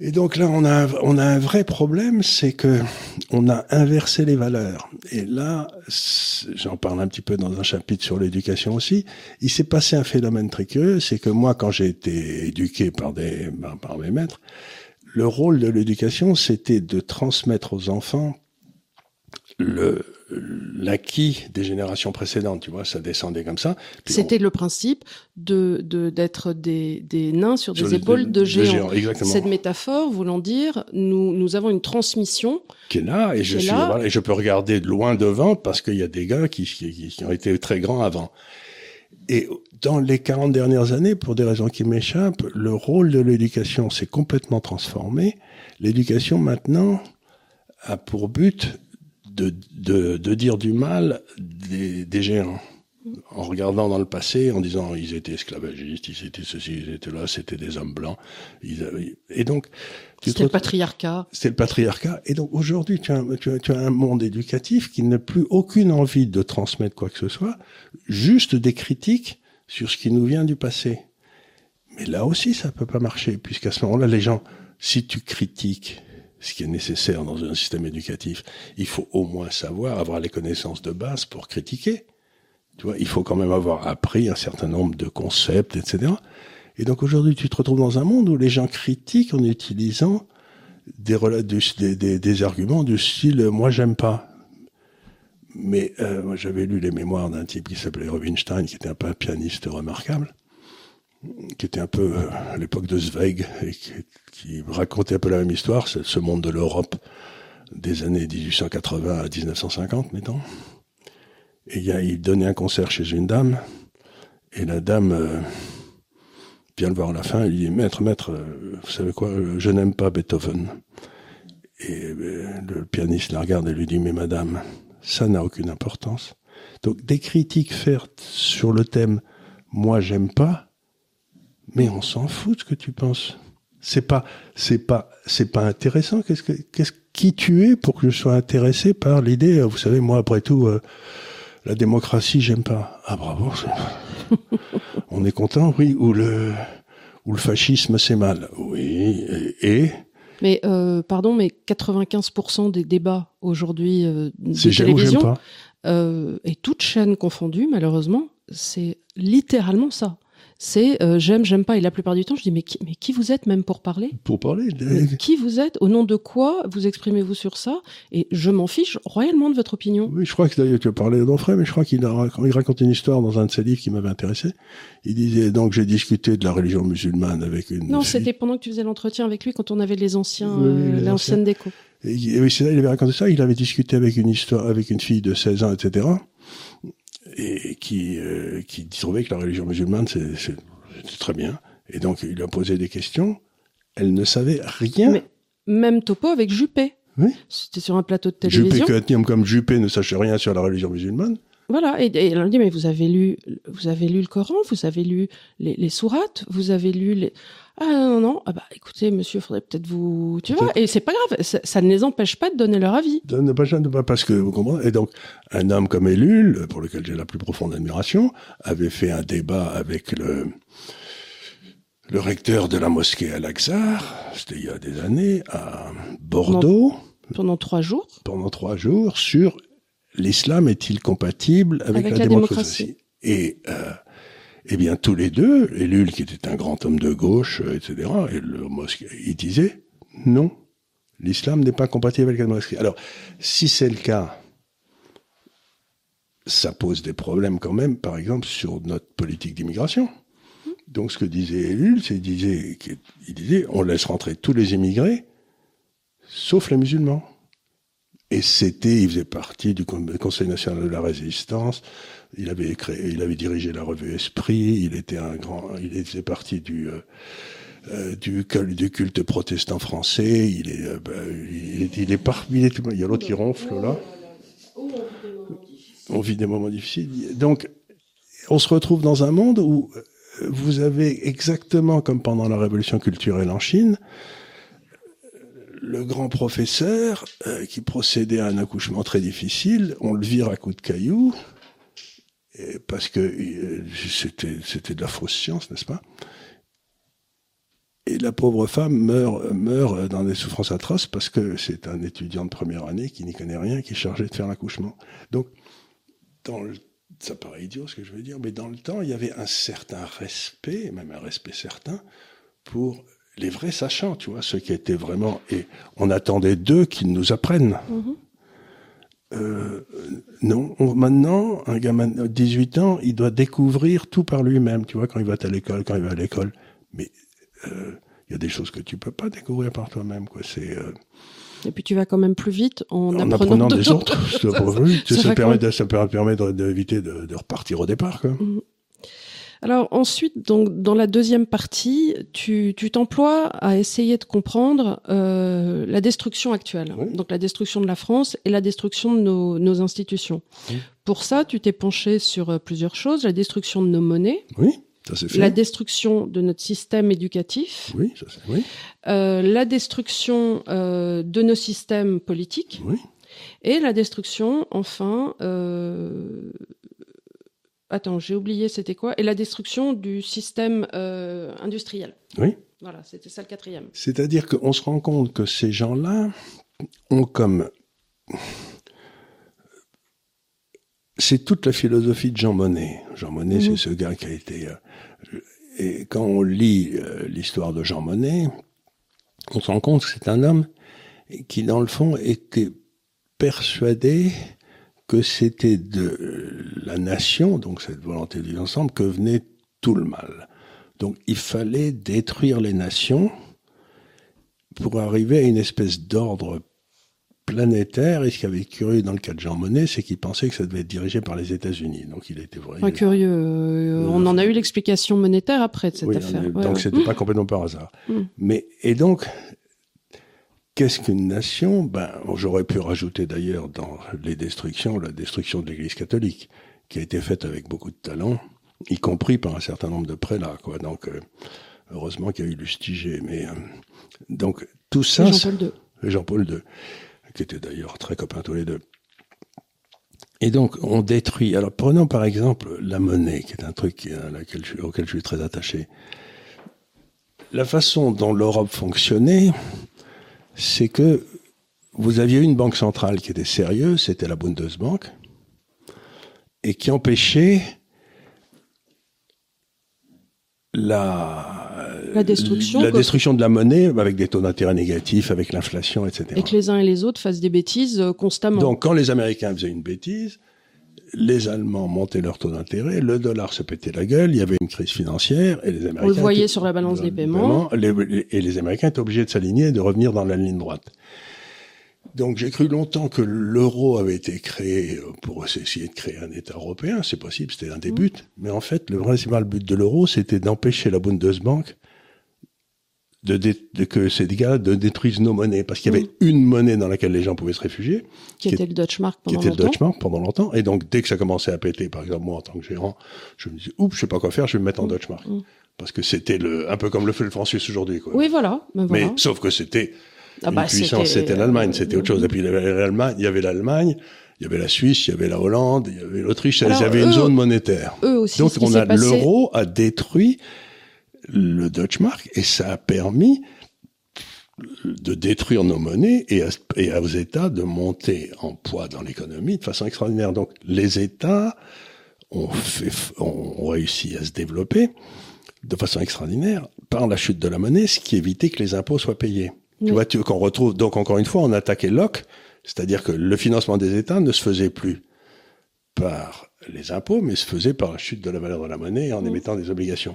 Et donc là, on a, on a un vrai problème, c'est que on a inversé les valeurs. Et là, j'en parle un petit peu dans un chapitre sur l'éducation aussi, il s'est passé un phénomène très curieux, c'est que moi, quand j'ai été éduqué par des, par mes maîtres, le rôle de l'éducation, c'était de transmettre aux enfants le l'acquis des générations précédentes, tu vois, ça descendait comme ça. Puis C'était on... le principe de, de d'être des, des nains sur, sur des épaules de, de, de géants. De géants Cette métaphore voulant dire, nous, nous avons une transmission qui est là, et je suis là. Voilà, et je peux regarder de loin devant parce qu'il y a des gars qui, qui, qui ont été très grands avant. Et dans les quarante dernières années, pour des raisons qui m'échappent, le rôle de l'éducation s'est complètement transformé. L'éducation maintenant a pour but De, de, de dire du mal des, des géants, en regardant dans le passé, en disant ils étaient esclavagistes, ils étaient ceci, ils étaient là, c'était des hommes blancs. Ils avaient... Et donc, c'était le patriarcat. C'est le patriarcat. Et donc aujourd'hui, tu as, tu as, tu as un monde éducatif qui n'a plus aucune envie de transmettre quoi que ce soit, juste des critiques sur ce qui nous vient du passé. Mais là aussi, ça peut pas marcher, puisqu'à ce moment-là, les gens, si tu critiques ce qui est nécessaire dans un système éducatif, il faut au moins savoir, avoir les connaissances de base pour critiquer. Tu vois, il faut quand même avoir appris un certain nombre de concepts, et cetera. Et donc aujourd'hui, tu te retrouves dans un monde où les gens critiquent en utilisant des, des, des, des arguments du style « moi, j'aime pas ». Mais euh, moi, j'avais lu les mémoires d'un type qui s'appelait Rubinstein, qui était un peu un pianiste remarquable, qui était un peu euh, à l'époque de Zweig, et qui, qui racontait un peu la même histoire, c'est ce monde de l'Europe des années dix-huit cent quatre-vingts à dix-neuf cent cinquante, mettons. Et il, y a, il donnait un concert chez une dame, et la dame euh, vient le voir à la fin, et lui dit « Maître, maître, euh, vous savez quoi, je n'aime pas Beethoven ». Et euh, le pianiste la regarde et lui dit « Mais madame, ça n'a aucune importance ». Donc des critiques faites sur le thème « Moi, j'aime pas », mais on s'en fout de ce que tu penses. C'est pas, c'est pas, c'est pas intéressant. Qu'est-ce que, qu'est-ce qui tu es pour que je sois intéressé par l'idée, vous savez, moi, après tout, euh, la démocratie, j'aime pas. Ah, bravo. C'est... on est content, oui. Ou le, ou le fascisme, c'est mal. Oui. Et, et... Mais, euh, pardon, mais quatre-vingt-quinze pour cent des débats aujourd'hui, euh, de télévision, euh, et toutes chaînes confondues, malheureusement, c'est littéralement ça. C'est euh, j'aime, j'aime pas. Et la plupart du temps, je dis mais qui, mais qui vous êtes même pour parler ? Pour parler. Mais qui vous êtes ? Au nom de quoi vous exprimez-vous sur ça ? Et je m'en fiche royalement de votre opinion. Oui, je crois que d'ailleurs tu as parlé d'Onfray, mais je crois qu'il a, il raconte une histoire dans un de ses livres qui m'avait intéressé. Il disait donc j'ai discuté de la religion musulmane avec une. Non, fille. C'était pendant que tu faisais l'entretien avec lui quand on avait les anciens, oui, euh, les l'ancienne déco. Et, et oui, c'est là, il avait raconté ça. Il avait discuté avec une histoire, avec une fille de seize ans, et cetera. Et qui, euh, qui trouvait que la religion musulmane c'est, c'est C'était très bien. Et donc, il a posé des questions. Elle ne savait rien. Mais même topo avec Juppé. Oui. C'était sur un plateau de télévision. Juppé, comme Juppé ne sachait rien sur la religion musulmane. Voilà. Et, et elle dit, mais vous avez lu, vous avez lu le Coran, vous avez lu les, les sourates, vous avez lu les... Ah non, non, ah bah écoutez, monsieur, faudrait peut-être vous... Tu peut-être. vois, et c'est pas grave, ça, ça ne les empêche pas de donner leur avis. De ne pas, pas parce que, vous comprenez. Et donc, un homme comme Ellul, pour lequel j'ai la plus profonde admiration, avait fait un débat avec le... le recteur de la mosquée Al-Aqsa, c'était il y a des années, à Bordeaux. Pendant, pendant trois jours. Pendant trois jours, sur l'islam est-il compatible avec, avec la, la démocratie, démocratie. Et, euh, eh bien, tous les deux, Ellul, qui était un grand homme de gauche, et cetera, et le mosquée, il disait, non, l'islam n'est pas compatible avec la démocratie. Alors, si c'est le cas, ça pose des problèmes quand même, par exemple, sur notre politique d'immigration. Donc, ce que disait Ellul, c'est qu'il disait, il disait, on laisse rentrer tous les immigrés, sauf les musulmans. Et c'était, il faisait partie du Conseil national de la résistance. Il avait créé, il avait dirigé la revue Esprit. Il était un grand, il faisait partie du euh, euh, du, du culte protestant français. Il est, euh, bah, il est, il est parmi. Il, il y a l'autre qui ronfle là. On vit des moments difficiles. Donc, on se retrouve dans un monde où vous avez exactement comme pendant la révolution culturelle en Chine, le grand professeur euh, qui procédait à un accouchement très difficile, on le vire à coups de cailloux, et parce que euh, c'était, c'était de la fausse science, n'est-ce pas ? Et la pauvre femme meurt, meurt dans des souffrances atroces parce que c'est un étudiant de première année qui n'y connaît rien, qui est chargé de faire l'accouchement. Donc, dans le, ça paraît idiot ce que je veux dire, mais dans le temps, il y avait un certain respect, même un respect certain, pour les vrais sachants, tu vois, ceux qui étaient vraiment... Et on attendait d'eux qu'ils nous apprennent. Mm-hmm. Euh, non, on, maintenant, un gamin de dix-huit ans, il doit découvrir tout par lui-même, tu vois, quand il va à l'école, quand il va à l'école. Mais il euh, y a des choses que tu peux pas découvrir par toi-même, quoi. C'est... Euh, Et puis tu vas quand même plus vite en, en apprenant, apprenant des autres. Oui, ça, ça, permet de, ça permet d'éviter de, de, de repartir au départ, quoi. Mmh. Alors ensuite, donc dans la deuxième partie, tu tu t'emploies à essayer de comprendre euh, la destruction actuelle, oui. Donc la destruction de la France et la destruction de nos, nos institutions. Oui. Pour ça, tu t'es penché sur plusieurs choses: la destruction de nos monnaies. Oui. Ça c'est fait. La destruction de notre système éducatif. Oui, ça c'est oui. Euh, la destruction euh, de nos systèmes politiques. Oui. Et la destruction, enfin. Euh... Attends, j'ai oublié, c'était quoi? Et la destruction du système euh, industriel. Oui. Voilà, c'était ça le quatrième. C'est-à-dire qu'on se rend compte que ces gens-là ont comme... C'est toute la philosophie de Jean Monnet. Jean Monnet, mmh. c'est ce gars qui a été... Euh, et quand on lit euh, l'histoire de Jean Monnet, on se rend compte que c'est un homme qui, dans le fond, était persuadé que c'était de la nation, donc cette volonté de vivre ensemble, que venait tout le mal. Donc il fallait détruire les nations pour arriver à une espèce d'ordre planétaire. Et ce qui avait curieux dans le cas de Jean Monnet, c'est qu'il pensait que ça devait être dirigé par les États-Unis. Donc il était vrai. Enfin, curieux. Euh, on en a eu l'explication monétaire après de cette oui, affaire. A, ouais, donc ouais. c'était mmh. pas complètement par hasard. Mmh. Mais et donc. Qu'est-ce qu'une nation? Ben, j'aurais pu rajouter d'ailleurs dans les destructions, la destruction de l'Église catholique, qui a été faite avec beaucoup de talent, y compris par un certain nombre de prélats, quoi. Donc, euh, heureusement qu'il y a eu Lustiger, mais, euh, donc, tout ça. Et Jean-Paul deux. Et Jean-Paul deux, qui étaient d'ailleurs très copains tous les deux. Et donc, on détruit. Alors, prenons par exemple la monnaie, qui est un truc à laquelle je, auquel je suis très attaché. La façon dont l'Europe fonctionnait, c'est que vous aviez une banque centrale qui était sérieuse, c'était la Bundesbank, et qui empêchait la, la, destruction, la destruction de la monnaie avec des taux d'intérêt négatifs, avec l'inflation, et cetera. Et que les uns et les autres fassent des bêtises constamment. Donc, quand les Américains faisaient une bêtise, les Allemands montaient leur taux d'intérêt, le dollar se pétait la gueule, il y avait une crise financière, et les Américains... On le voyait sur la balance des paiements. Les, les, et les Américains étaient obligés de s'aligner et de revenir dans la ligne droite. Donc j'ai cru longtemps que l'euro avait été créé pour essayer de créer un État européen, c'est possible, c'était un des buts. Mais en fait, le principal but de l'euro, c'était d'empêcher la Bundesbank de, dé, de que ces gars de détruisent nos monnaies, parce qu'il y avait mmh. une monnaie dans laquelle les gens pouvaient se réfugier, qui, qui était le Deutschmark pendant qui était longtemps. le Deutschmark pendant longtemps. Et donc dès que ça commençait à péter, par exemple moi en tant que gérant, je me disais oups, je sais pas quoi faire, je vais me mettre en mmh. Deutschmark, mmh. parce que c'était le un peu comme le fait le franc suisse aujourd'hui, quoi. Oui, voilà. Ben voilà. Mais sauf que c'était ah bah, une puissance, c'était, c'était l'Allemagne, c'était autre chose. Et puis il y avait l'Allemagne, il y avait l'Allemagne. Il y avait la Suisse, il y avait la Hollande, il y avait l'Autriche, il y avait eux, une zone monétaire. Eux aussi, donc on a passé... l'euro a détruit le Deutschmark et ça a permis de détruire nos monnaies et, à, et aux États de monter en poids dans l'économie de façon extraordinaire. Donc les États ont, fait, ont réussi à se développer de façon extraordinaire par la chute de la monnaie, ce qui évitait que les impôts soient payés. Oui. Tu vois, tu, qu'on retrouve, donc encore une fois, on attaquait Locke, c'est-à-dire que le financement des États ne se faisait plus par les impôts, mais se faisait par la chute de la valeur de la monnaie et en oui. émettant des obligations.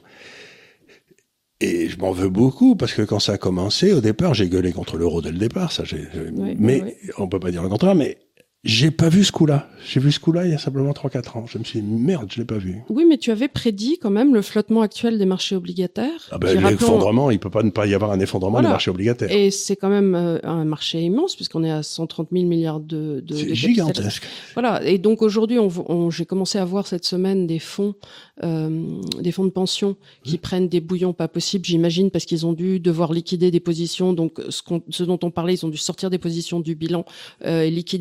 Et je m'en veux beaucoup, parce que quand ça a commencé, au départ, j'ai gueulé contre l'euro dès le départ, ça, j'ai, oui, mais oui. on peut pas dire le contraire, mais j'ai pas vu ce coup-là. J'ai vu ce coup-là il y a simplement trois quatre ans. Je me suis dit, merde, je l'ai pas vu. Oui, mais tu avais prédit quand même le flottement actuel des marchés obligataires. Ah ben, l'effondrement, il peut pas ne pas y avoir un effondrement voilà. des marchés obligataires. Et c'est quand même euh, un marché immense, puisqu'on est à cent trente mille milliards de, de, c'est de gigantesque. Voilà. Et donc aujourd'hui, on, on, j'ai commencé à voir cette semaine des fonds, euh, des fonds de pension qui mmh. prennent des bouillons pas possibles, j'imagine, parce qu'ils ont dû devoir liquider des positions. Donc, ce, qu'on, ce dont on parlait, ils ont dû sortir des positions du bilan euh, et liquider quelques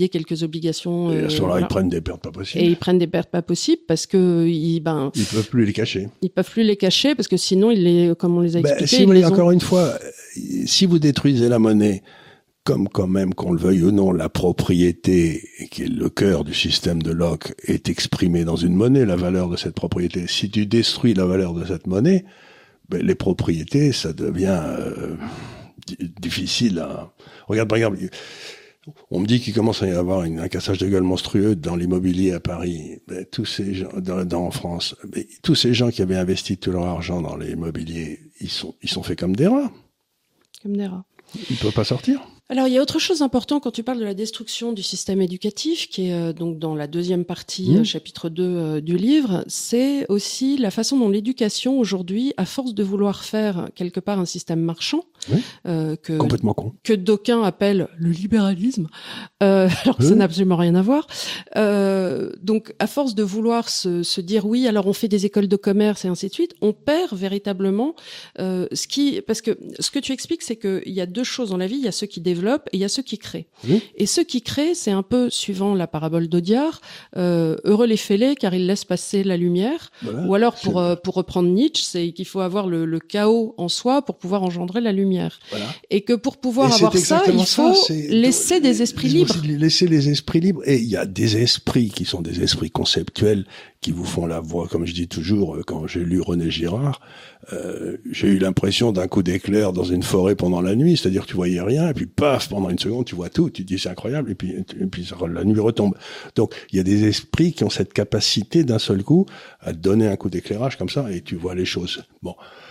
obligations. Et à ce moment-là, voilà. ils prennent des pertes pas possibles. Et ils prennent des pertes pas possibles parce que ils, ben, ils peuvent plus les cacher. Ils peuvent plus les cacher parce que sinon, ils les, comme on les a expliqué, ben, si ils vous les voulez, ont... encore une fois, si vous détruisez la monnaie, comme quand même, qu'on le veuille ou non, la propriété, qui est le cœur du système de Locke, est exprimée dans une monnaie, la valeur de cette propriété. Si tu détruis la valeur de cette monnaie, ben, les propriétés, ça devient euh, d- difficile à... Regarde, par exemple, on me dit qu'il commence à y avoir une, un cassage de gueule monstrueux dans l'immobilier à Paris. Ben, tous ces gens, dans, dans, en France, ben, tous ces gens qui avaient investi tout leur argent dans l'immobilier, ils sont, ils sont faits comme des rats. Comme des rats. Ils ne peuvent pas sortir. Alors, il y a autre chose d'important quand tu parles de la destruction du système éducatif, qui est euh, donc dans la deuxième partie, mmh. euh, chapitre deux euh, du livre, c'est aussi la façon dont l'éducation aujourd'hui, à force de vouloir faire quelque part un système marchand, oui. euh, que, complètement con, que d'aucuns appellent le libéralisme, euh, alors que oui. ça n'a absolument rien à voir. Euh, donc, à force de vouloir se, se dire oui, alors on fait des écoles de commerce et ainsi de suite, on perd véritablement euh, ce qui, parce que ce que tu expliques, c'est qu'il y a deux choses dans la vie, il y a ceux qui développent et il y a ceux qui créent. Oui. Et ceux qui créent, c'est un peu, suivant la parabole d'Audiard, euh, heureux les fêlés car ils laissent passer la lumière. Voilà, ou alors, pour, euh, pour reprendre Nietzsche, c'est qu'il faut avoir le, le chaos en soi pour pouvoir engendrer la lumière. Voilà. Et que pour pouvoir et avoir ça, il faut ça, laisser des esprits libres. Laisser les esprits libres. Et il y a des esprits qui sont des esprits conceptuels qui vous font la voix, comme je dis toujours, quand j'ai lu René Girard, euh, j'ai eu l'impression d'un coup d'éclair dans une forêt pendant la nuit, c'est-à-dire que tu voyais rien, et puis paf, pendant une seconde, tu vois tout, tu te dis c'est incroyable, et puis, et puis ça, la nuit retombe. Donc, il y a des esprits qui ont cette capacité d'un seul coup à te donner un coup d'éclairage comme ça, et tu vois les choses. Bon.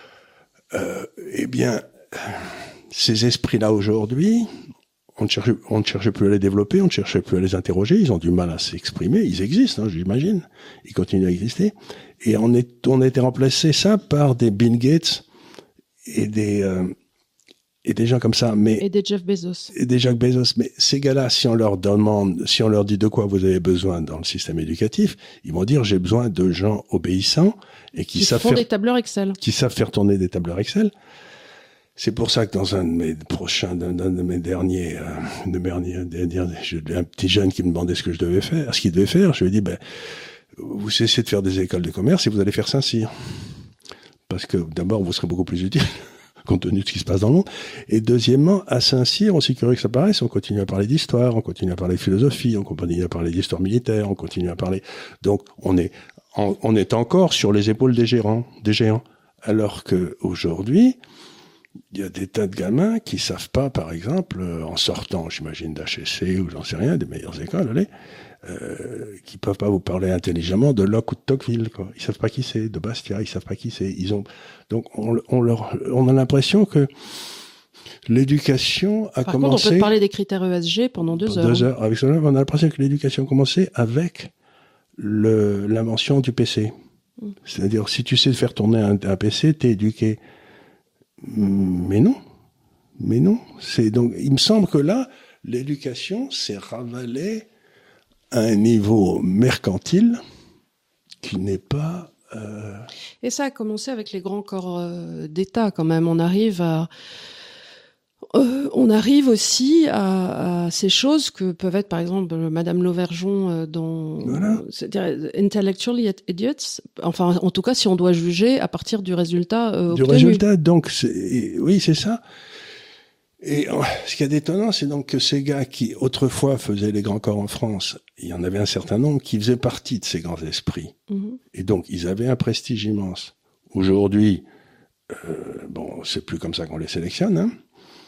Euh, eh bien, ces esprits-là aujourd'hui, on ne cherche, on ne cherche plus à les développer, on ne cherche plus à les interroger, ils ont du mal à s'exprimer, ils existent, hein, j'imagine, ils continuent à exister, et on est, on a été remplacé ça par des Bill Gates et des, euh, et des gens comme ça, mais... Et des Jeff Bezos. Et des Jeff Bezos, mais ces gars-là, si on leur demande, si on leur dit de quoi vous avez besoin dans le système éducatif, ils vont dire j'ai besoin de gens obéissants et qui, qui savent font faire... des tableurs Excel. Qui savent faire tourner des tableurs Excel. C'est pour ça que dans un de mes prochains, d'un de mes derniers, euh, de mes derniers, derniers, j'ai un petit jeune qui me demandait ce que je devais faire, ce qu'il devait faire. Je lui ai dit, ben, vous cessez de faire des écoles de commerce et vous allez faire Saint-Cyr. Parce que d'abord, vous serez beaucoup plus utile, compte tenu de ce qui se passe dans le monde. Et deuxièmement, à Saint-Cyr, aussi curieux que ça paraisse, on continue à parler d'histoire, on continue à parler de philosophie, on continue à parler d'histoire militaire, on continue à parler, donc, on est, on, on est encore sur les épaules des gérants, des géants. Alors que aujourd'hui, il y a des tas de gamins qui savent pas, par exemple, euh, en sortant, j'imagine, d'H S C ou j'en sais rien, des meilleures écoles, allez, euh, qui peuvent pas vous parler intelligemment de Locke ou de Tocqueville, quoi. Ils savent pas qui c'est, de Bastia, ils savent pas qui c'est. Ils ont, donc, on, on leur, on a l'impression que l'éducation a par commencé. Par contre, on peut te parler des critères E S G pendant deux heures. Deux heures. Avec cela, on a l'impression que l'éducation a commencé avec le, l'invention du P C. Mmh. C'est-à-dire, si tu sais faire tourner un, un P C, t'es éduqué. Mais non, mais non. C'est donc, il me semble que là, l'éducation s'est ravalée à un niveau mercantile qui n'est pas. Euh... Et ça a commencé avec les grands corps euh, d'État quand même. On arrive à, euh, on arrive aussi à, à ces choses que peuvent être par exemple Madame Lauvergeon euh, dans, voilà. C'est-à-dire intellectually idiots. Enfin, en tout cas, si on doit juger à partir du résultat euh, du obtenu. résultat, donc c'est, oui, c'est ça. Et ce qui est étonnant, c'est donc que ces gars qui autrefois faisaient les grands corps en France, il y en avait un certain nombre qui faisaient partie de ces grands esprits. Mm-hmm. Et donc, ils avaient un prestige immense. Aujourd'hui, euh, bon, c'est plus comme ça qu'on les sélectionne, hein.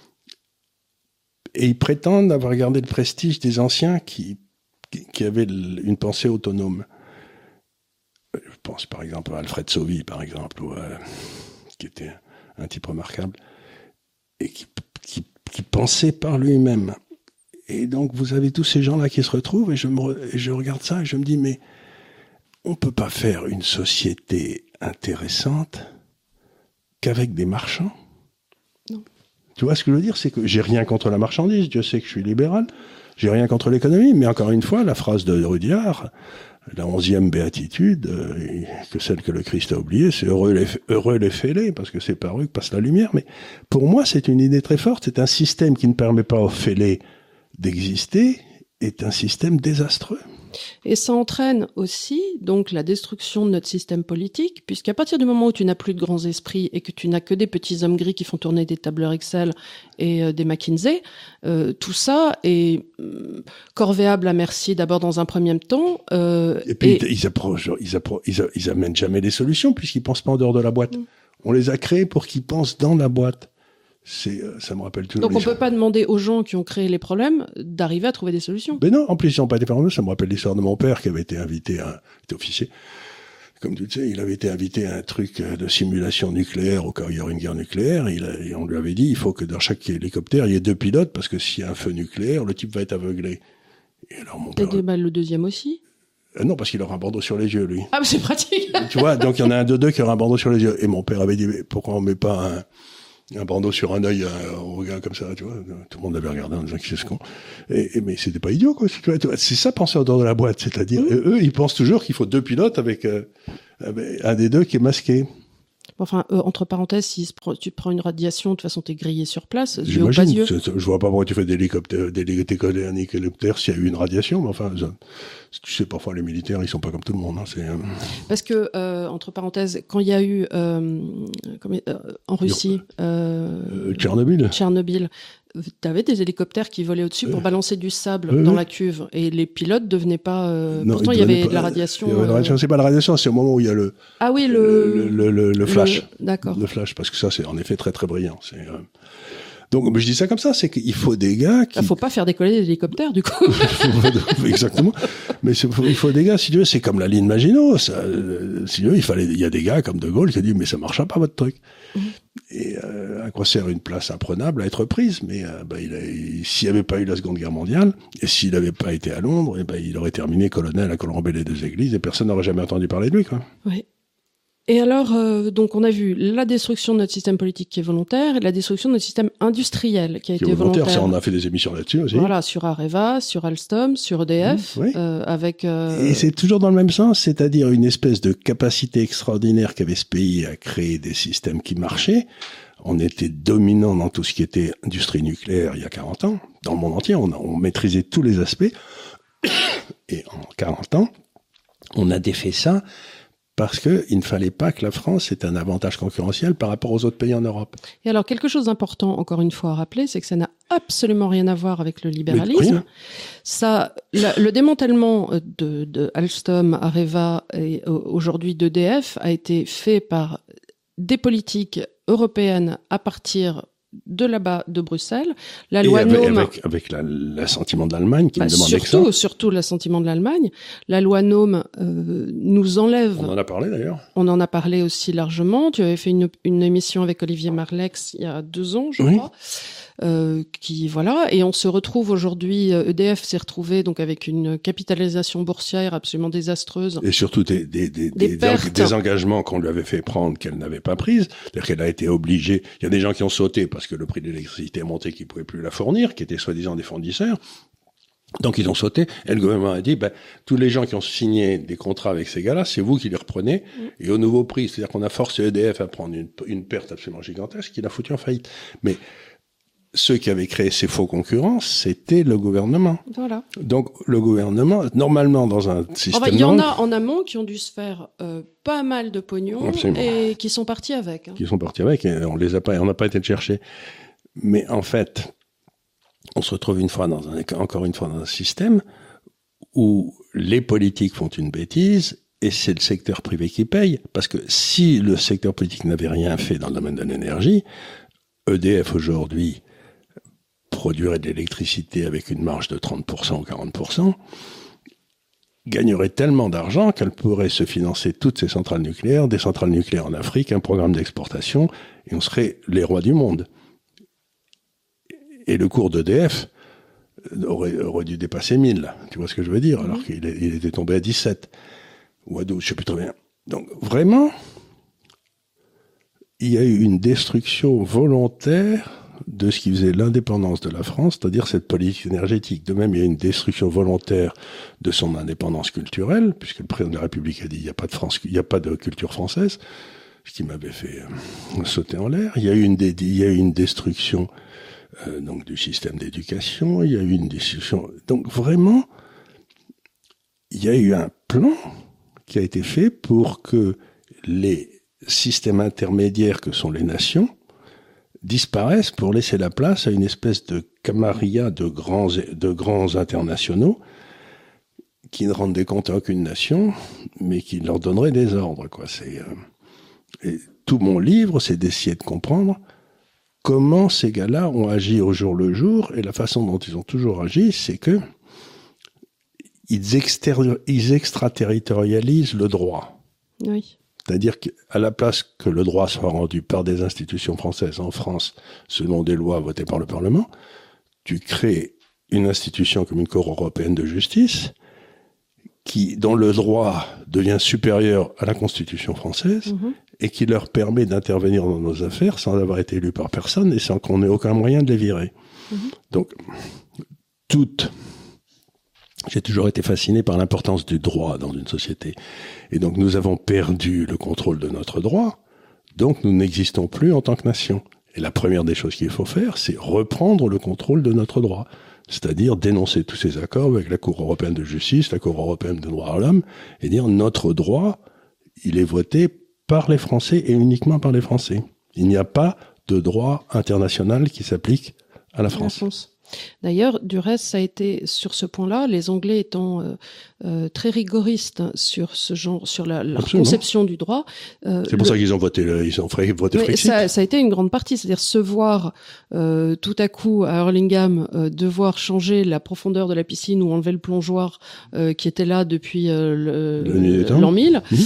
Et ils prétendent avoir gardé le prestige des anciens qui, qui, qui avaient une pensée autonome. Je pense par exemple à Alfred Sauvy, par exemple, ou, euh, qui était un type remarquable, et qui, qui, qui pensait par lui-même. Et donc vous avez tous ces gens-là qui se retrouvent, et je, me, et je regarde ça, et je me dis, mais on ne peut pas faire une société intéressante qu'avec des marchands. Non. Tu vois ce que je veux dire, c'est que j'ai rien contre la marchandise, Dieu sait que je suis libéral, j'ai rien contre l'économie, mais encore une fois, la phrase de Rudyard, la onzième béatitude, euh, que celle que le Christ a oubliée, c'est heureux les, heureux les fêlés, parce que c'est par eux que passe la lumière, mais pour moi, c'est une idée très forte, c'est un système qui ne permet pas aux fêlés d'exister, est un système désastreux. Et ça entraîne aussi donc la destruction de notre système politique, puisqu'à partir du moment où tu n'as plus de grands esprits et que tu n'as que des petits hommes gris qui font tourner des tableurs Excel et euh, des McKinsey, euh, tout ça est euh, corvéable à merci d'abord dans un premier temps. Euh, et puis et... ils approchent, ils approchent, ils, a, ils amènent jamais des solutions puisqu'ils pensent pas en dehors de la boîte. Mmh. On les a créés pour qu'ils pensent dans la boîte. C'est, ça me rappelle toujours. Donc on ne peut pas demander aux gens qui ont créé les problèmes d'arriver à trouver des solutions. Ben non, en plus ils n'ont pas été parvenus. Ça me rappelle l'histoire de mon père qui avait été invité à, il était officier. Comme tu le sais, il avait été invité à un truc de simulation nucléaire au cas où il y aurait une guerre nucléaire. Et, il a, et on lui avait dit, il faut que dans chaque hélicoptère il y ait deux pilotes parce que s'il y a un feu nucléaire, le type va être aveuglé. Et alors mon père. Et bah, le deuxième aussi. Euh, non, parce qu'il aura un bandeau sur les yeux, lui. Ah, mais c'est pratique. Tu vois, donc il y en a un de deux qui aura un bandeau sur les yeux. Et mon père avait dit, mais pourquoi on met pas un un bandeau sur un œil, on regarde comme ça, tu vois. Tout le monde avait regardé en disant qui c'est ce con. Et, et, mais c'était pas idiot, quoi. Tu vois, c'est ça, penser en dehors de la boîte. C'est-à-dire, mmh. eux, ils pensent toujours qu'il faut deux pilotes avec, euh, avec un des deux qui est masqué. Enfin, euh, entre parenthèses, si tu prends une radiation, de toute façon, t'es grillé sur place. J'imagine. Je vois pas pourquoi tu fais des hélicoptères, des hélicoptères, un hélicoptère s'il y a eu une radiation, mais enfin, ça, tu sais, parfois les militaires, ils sont pas comme tout le monde. Hein, c'est, euh... Parce que, euh, entre parenthèses, quand il y a eu euh, comme, euh, en Russie, euh, euh, Tchernobyl, Tchernobyl, t'avais des hélicoptères qui volaient au-dessus euh, pour balancer du sable euh, dans la cuve, et les pilotes devenaient pas. Euh, non, pourtant, il y avait pas, de la radiation. Il y avait de la radiation. C'est pas la radiation, c'est au moment où il y a le. Ah oui, le le, le, le, le flash. Le, d'accord. Le flash, parce que ça, c'est en effet très très brillant. C'est. Euh... Donc, je dis ça comme ça, c'est qu'il faut des gars qui... Il faut pas faire décoller des hélicoptères, du coup. Exactement. Mais il faut des gars, si tu veux, c'est comme la ligne Maginot. Ça, si tu veux, il fallait, il y a des gars comme De Gaulle qui a dit, mais ça marchera pas, votre truc. Mmh. Et, euh, à quoi sert une place imprenable à être prise? Mais, euh, bah, il a, il, s'il n'y avait pas eu la Seconde Guerre mondiale, et s'il n'avait pas été à Londres, et ben, bah, il aurait terminé colonel à Colombey les deux églises, et personne n'aurait jamais entendu parler de lui, quoi. Oui. Et alors, euh, donc, on a vu la destruction de notre système politique qui est volontaire et la destruction de notre système industriel qui a qui été volontaire. volontaire. Ça, on a fait des émissions là-dessus aussi. Voilà, sur Areva, sur Alstom, sur E D F, mmh, oui. euh, avec. Euh... Et c'est toujours dans le même sens, c'est-à-dire une espèce de capacité extraordinaire qu'avait ce pays à créer des systèmes qui marchaient. On était dominant dans tout ce qui était industrie nucléaire il y a quarante ans. Dans le monde entier, on, a, on maîtrisait tous les aspects. Et en quarante ans, on a défait ça. Parce que il ne fallait pas que la France ait un avantage concurrentiel par rapport aux autres pays en Europe. Et alors, quelque chose d'important, encore une fois, à rappeler, c'est que ça n'a absolument rien à voir avec le libéralisme. Ça, la, le démantèlement de, de Alstom, Areva et aujourd'hui d'E D F a été fait par des politiques européennes à partir de là-bas, de Bruxelles. La loi avec, Nome... Avec, avec la, l'assentiment de l'Allemagne qui bah, ne demandait surtout, que ça. Surtout l'assentiment de l'Allemagne. La loi Nome euh, nous enlève... On en a parlé d'ailleurs. On en a parlé aussi largement. Tu avais fait une, une émission avec Olivier Marlex il y a deux ans, je oui. crois. Euh, qui voilà, et on se retrouve aujourd'hui, E D F s'est retrouvé donc avec une capitalisation boursière absolument désastreuse. Et surtout des, des, des, des, des, des engagements qu'on lui avait fait prendre qu'elle n'avait pas prises. C'est-à-dire qu'elle a été obligée. Il y a des gens qui ont sauté parce que le prix de l'électricité est monté, qu'ils ne pouvaient plus la fournir, qui étaient soi-disant des fournisseurs. Donc ils ont sauté, et le gouvernement a dit, ben, tous les gens qui ont signé des contrats avec ces gars-là, c'est vous qui les reprenez, mmh. et au nouveau prix. C'est-à-dire qu'on a forcé E D F à prendre une, une perte absolument gigantesque, qu'il a foutu en faillite. Mais ceux qui avaient créé ces faux concurrents, c'était le gouvernement. Voilà. Donc le gouvernement, normalement dans un système... Enfin, il y en a en amont qui ont dû se faire euh, pas mal de pognon, absolument. Et qui sont partis avec. Hein. Qui sont partis avec, et on les a pas, on n'a pas été le chercher. Mais en fait, on se retrouve une fois dans un, encore une fois dans un système où les politiques font une bêtise et c'est le secteur privé qui paye. Parce que si le secteur politique n'avait rien fait dans le domaine de l'énergie, E D F aujourd'hui produirait de l'électricité avec une marge de trente pour cent ou quarante pour cent, gagnerait tellement d'argent qu'elle pourrait se financer toutes ses centrales nucléaires, des centrales nucléaires en Afrique, un programme d'exportation, et on serait les rois du monde. Et le cours d'E D F aurait, aurait dû dépasser mille, tu vois ce que je veux dire, alors qu'il est, il était tombé à dix-sept, ou à douze, je sais plus très bien. Donc vraiment, il y a eu une destruction volontaire de ce qui faisait l'indépendance de la France, c'est-à-dire cette politique énergétique. De même, il y a une destruction volontaire de son indépendance culturelle, puisque le président de la République a dit il n'y a pas de France, il n'y a pas de culture française, ce qui m'avait fait euh, sauter en l'air. Il y a eu une, dé- il y a eu une destruction euh, donc du système d'éducation, il y a eu une discussion. Donc vraiment, il y a eu un plan qui a été fait pour que les systèmes intermédiaires que sont les nations disparaissent pour laisser la place à une espèce de camarilla de grands, de grands internationaux qui ne rendent des comptes à aucune nation, mais qui leur donneraient des ordres, quoi. C'est, euh, et tout mon livre, c'est d'essayer de comprendre comment ces gars-là ont agi au jour le jour, et la façon dont ils ont toujours agi, c'est que ils, extéri- ils extraterritorialisent le droit. Oui. C'est-à-dire qu'à la place que le droit soit rendu par des institutions françaises en France, selon des lois votées par le Parlement, tu crées une institution comme une Cour européenne de justice, qui, dont le droit devient supérieur à la Constitution française, mmh. et qui leur permet d'intervenir dans nos affaires sans avoir été élu par personne et sans qu'on ait aucun moyen de les virer. Mmh. Donc, toute... J'ai toujours été fasciné par l'importance du droit dans une société. Et donc, nous avons perdu le contrôle de notre droit, donc nous n'existons plus en tant que nation. Et la première des choses qu'il faut faire, c'est reprendre le contrôle de notre droit. C'est-à-dire dénoncer tous ces accords avec la Cour européenne de justice, la Cour européenne des droits de l'homme, et dire notre droit, il est voté par les Français et uniquement par les Français. Il n'y a pas de droit international qui s'applique à la France. La France. D'ailleurs, du reste, ça a été sur ce point-là, les Anglais étant euh, euh, très rigoristes sur ce genre, sur la, leur Absolument. conception du droit. Euh, c'est pour le... ça qu'ils ont voté, ils ont voté Frexit. Ça, ça a été une grande partie, c'est-à-dire se voir euh, tout à coup à Hurlingham euh, devoir changer la profondeur de la piscine ou enlever le plongeoir euh, qui était là depuis euh, le, l'an mille. Mmh.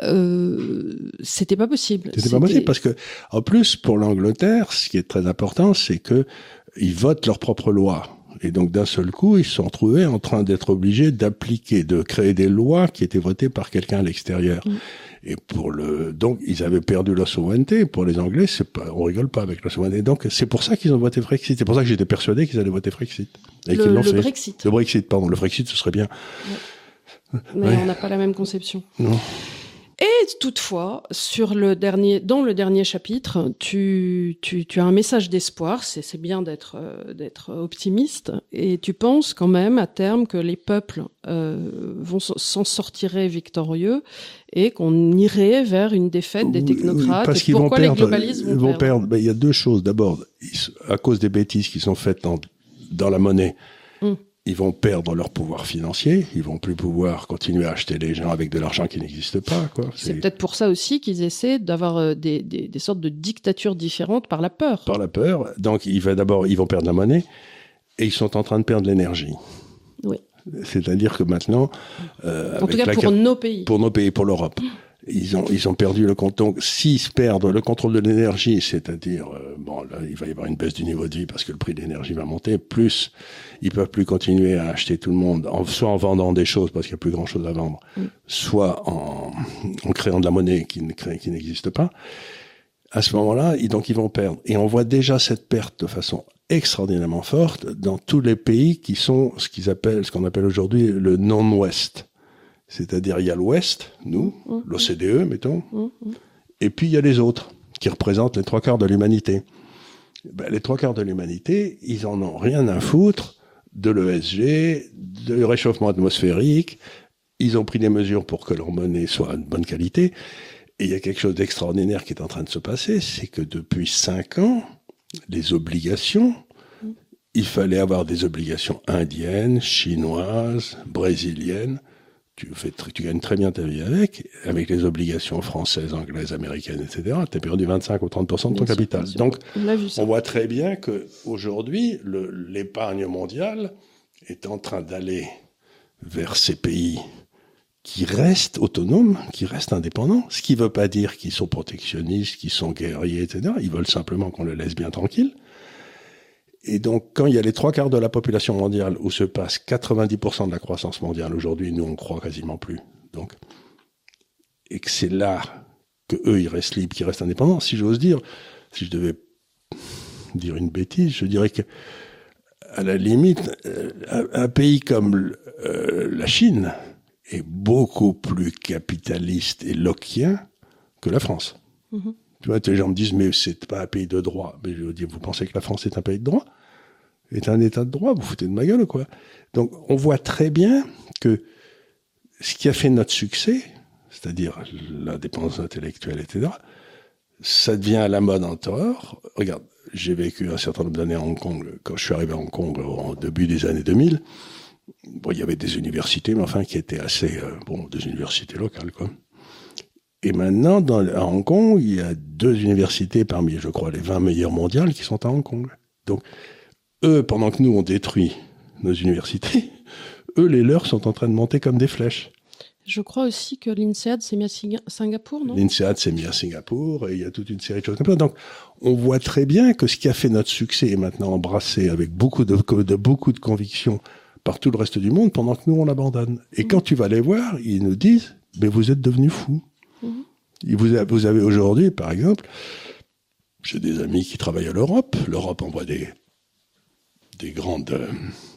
Euh, c'était pas possible. C'était, c'était pas possible parce que, en plus, pour l'Angleterre, ce qui est très important, c'est que ils votent leur propre loi. Et donc, d'un seul coup, ils se sont trouvés en train d'être obligés d'appliquer, de créer des lois qui étaient votées par quelqu'un à l'extérieur. Mmh. Et pour le, donc, ils avaient perdu leur souveraineté. Pour les Anglais, c'est pas, on rigole pas avec la souveraineté. Donc, c'est pour ça qu'ils ont voté Frexit. C'est pour ça que j'étais persuadé qu'ils allaient voter Frexit. Et le, qu'ils l'ont le fait. Brexit. Le Brexit, pardon. Le Frexit, ce serait bien. Ouais. Mais ouais. On n'a pas la même conception. Non. Et toutefois, sur le dernier, dans le dernier chapitre, tu, tu, tu as un message d'espoir. C'est, c'est bien d'être, euh, d'être optimiste. Et tu penses quand même à terme que les peuples euh, vont s'en sortiraient victorieux et qu'on irait vers une défaite des technocrates. Parce et qu'ils pourquoi vont perdre, les globalistes vont, ils vont perdre, perdre. Ben, il y a deux choses. D'abord, à cause des bêtises qui sont faites dans, dans la monnaie. Hum. Ils vont perdre leur pouvoir financier, ils vont plus pouvoir continuer à acheter les gens avec de l'argent qui n'existe pas, quoi. C'est, c'est peut-être pour ça aussi qu'ils essaient d'avoir des, des, des sortes de dictatures différentes par la peur. Par la peur. Donc, il va d'abord, ils vont perdre la monnaie et ils sont en train de perdre l'énergie. Oui. C'est-à-dire que maintenant, euh, en tout cas, pour nos pays. Pour nos pays, pour l'Europe. Ils ont, ils ont perdu le contrôle. Donc, s'ils perdent le contrôle de l'énergie, c'est-à-dire, euh, bon, là, il va y avoir une baisse du niveau de vie parce que le prix de l'énergie va monter, plus ils peuvent plus continuer à acheter tout le monde, en, soit en vendant des choses parce qu'il n'y a plus grand-chose à vendre, mm. soit en, en créant de la monnaie qui, ne crée, qui n'existe pas. À ce moment-là, ils, donc ils vont perdre. Et on voit déjà cette perte de façon extraordinairement forte dans tous les pays qui sont ce qu'ils appellent, ce qu'on appelle aujourd'hui le non-Ouest. C'est-à-dire, il y a l'Ouest, nous, mmh. l'O C D E, mettons, mmh. et puis il y a les autres, qui représentent les trois quarts de l'humanité. Ben, les trois quarts de l'humanité, ils en ont rien à foutre de l'E S G, du réchauffement atmosphérique. Ils ont pris des mesures pour que leur monnaie soit de bonne qualité. Et il y a quelque chose d'extraordinaire qui est en train de se passer, c'est que depuis cinq ans, les obligations, mmh. il fallait avoir des obligations indiennes, chinoises, brésiliennes. Tu fais, tu gagnes très bien ta vie avec, avec les obligations françaises, anglaises, américaines, et cetera. Tu as perdu vingt-cinq ou trente pour cent de ton bien capital. Sûr, Donc, on, on voit très bien que aujourd'hui, le, l'épargne mondiale est en train d'aller vers ces pays qui restent autonomes, qui restent indépendants. Ce qui ne veut pas dire qu'ils sont protectionnistes, qu'ils sont guerriers, et cetera. Ils veulent simplement qu'on le laisse bien tranquille. Et donc, quand il y a les trois quarts de la population mondiale où se passe quatre-vingt-dix pour cent de la croissance mondiale aujourd'hui, nous, on croit quasiment plus. Donc, et que c'est là que eux, ils restent libres, qu'ils restent indépendants. Si j'ose dire, si je devais dire une bêtise, je dirais que, à la limite, un, un pays comme euh, la Chine est beaucoup plus capitaliste et lockeien que la France. Mmh. Tu vois, les gens me disent, mais c'est pas un pays de droit. Mais je veux dire, vous pensez que la France est un pays de droit? Est un état de droit? Vous foutez de ma gueule, quoi. Donc, on voit très bien que ce qui a fait notre succès, c'est-à-dire l'indépendance intellectuelle, et cetera, ça devient à la mode en tort. Regarde, j'ai vécu un certain nombre d'années à Hong Kong. Quand je suis arrivé à Hong Kong, au début des années deux mille, bon, il y avait des universités, mais enfin, qui étaient assez, euh, bon, des universités locales, quoi. Et maintenant, dans, à Hong Kong, il y a deux universités parmi, je crois, les vingt meilleures mondiales qui sont à Hong Kong. Donc, eux, pendant que nous, on détruit nos universités, eux, les leurs sont en train de monter comme des flèches. Je crois aussi que l'INSEAD s'est mis à Singa- Singapour, non? L'INSEAD s'est mis à Singapour, et il y a toute une série de choses comme ça. Donc, on voit très bien que ce qui a fait notre succès est maintenant embrassé avec beaucoup de, de, beaucoup de conviction par tout le reste du monde, pendant que nous, on l'abandonne. Et mmh. quand tu vas les voir, ils nous disent, mais vous êtes devenus fous. Mmh. Vous, avez, vous avez aujourd'hui, par exemple, j'ai des amis qui travaillent à l'Europe. L'Europe envoie des, des grandes, euh,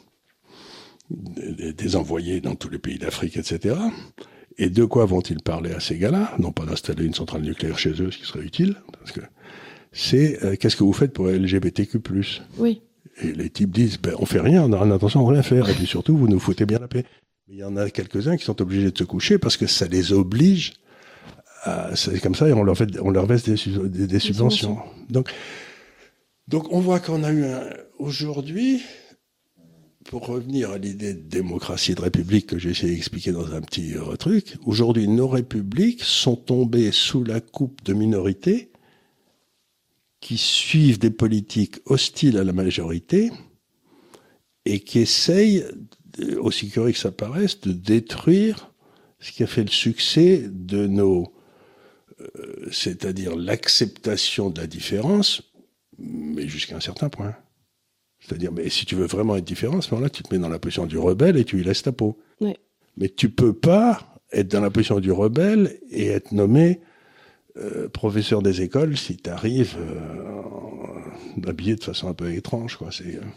des, des envoyés dans tous les pays d'Afrique, et cetera. Et de quoi vont-ils parler à ces gars-là? Non pas d'installer une centrale nucléaire chez eux, ce qui serait utile, parce que c'est euh, qu'est-ce que vous faites pour L G B T Q plus? Oui. Et les types disent, ben, on fait rien, on a l'intention de rien faire, et puis surtout, vous nous foutez bien la paix. Mais il y en a quelques-uns qui sont obligés de se coucher parce que ça les oblige à, c'est comme ça, et on leur fait, on leur verse des, des, des subventions. Donc, donc, on voit qu'on a eu un, aujourd'hui, pour revenir à l'idée de démocratie et de république que j'ai essayé d'expliquer dans un petit euh, truc, aujourd'hui, nos républiques sont tombées sous la coupe de minorités qui suivent des politiques hostiles à la majorité et qui essayent, aussi curieux que ça paraisse, de détruire ce qui a fait le succès de nos... Euh, c'est-à-dire l'acceptation de la différence, mais jusqu'à un certain point. C'est-à-dire, mais si tu veux vraiment être différent, à ce moment-là, tu te mets dans la position du rebelle et tu y laisses ta peau. Oui. Mais tu peux pas être dans la position du rebelle et être nommé euh, professeur des écoles si tu arrives euh, habillé de façon un peu étrange, quoi. C'est... Euh...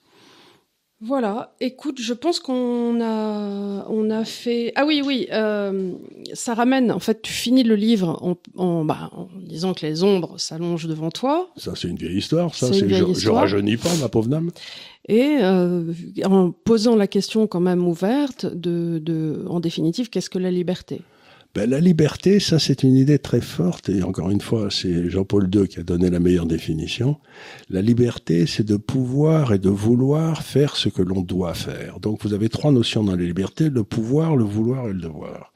Voilà, écoute, je pense qu'on a, on a fait... Ah oui, oui, euh, ça ramène, en fait, tu finis le livre en, en, bah, en disant que les ombres s'allongent devant toi. Ça, c'est une vieille histoire, ça, c'est, c'est vieille je, histoire. je rajeunis pas, ma pauvre dame. Et euh, en posant la question quand même ouverte, de, de, en définitive, qu'est-ce que la liberté ? Ben, la liberté, ça, c'est une idée très forte, et encore une fois, c'est Jean-Paul deux qui a donné la meilleure définition. La liberté, c'est de pouvoir et de vouloir faire ce que l'on doit faire. Donc, vous avez trois notions dans la liberté, le pouvoir, le vouloir et le devoir.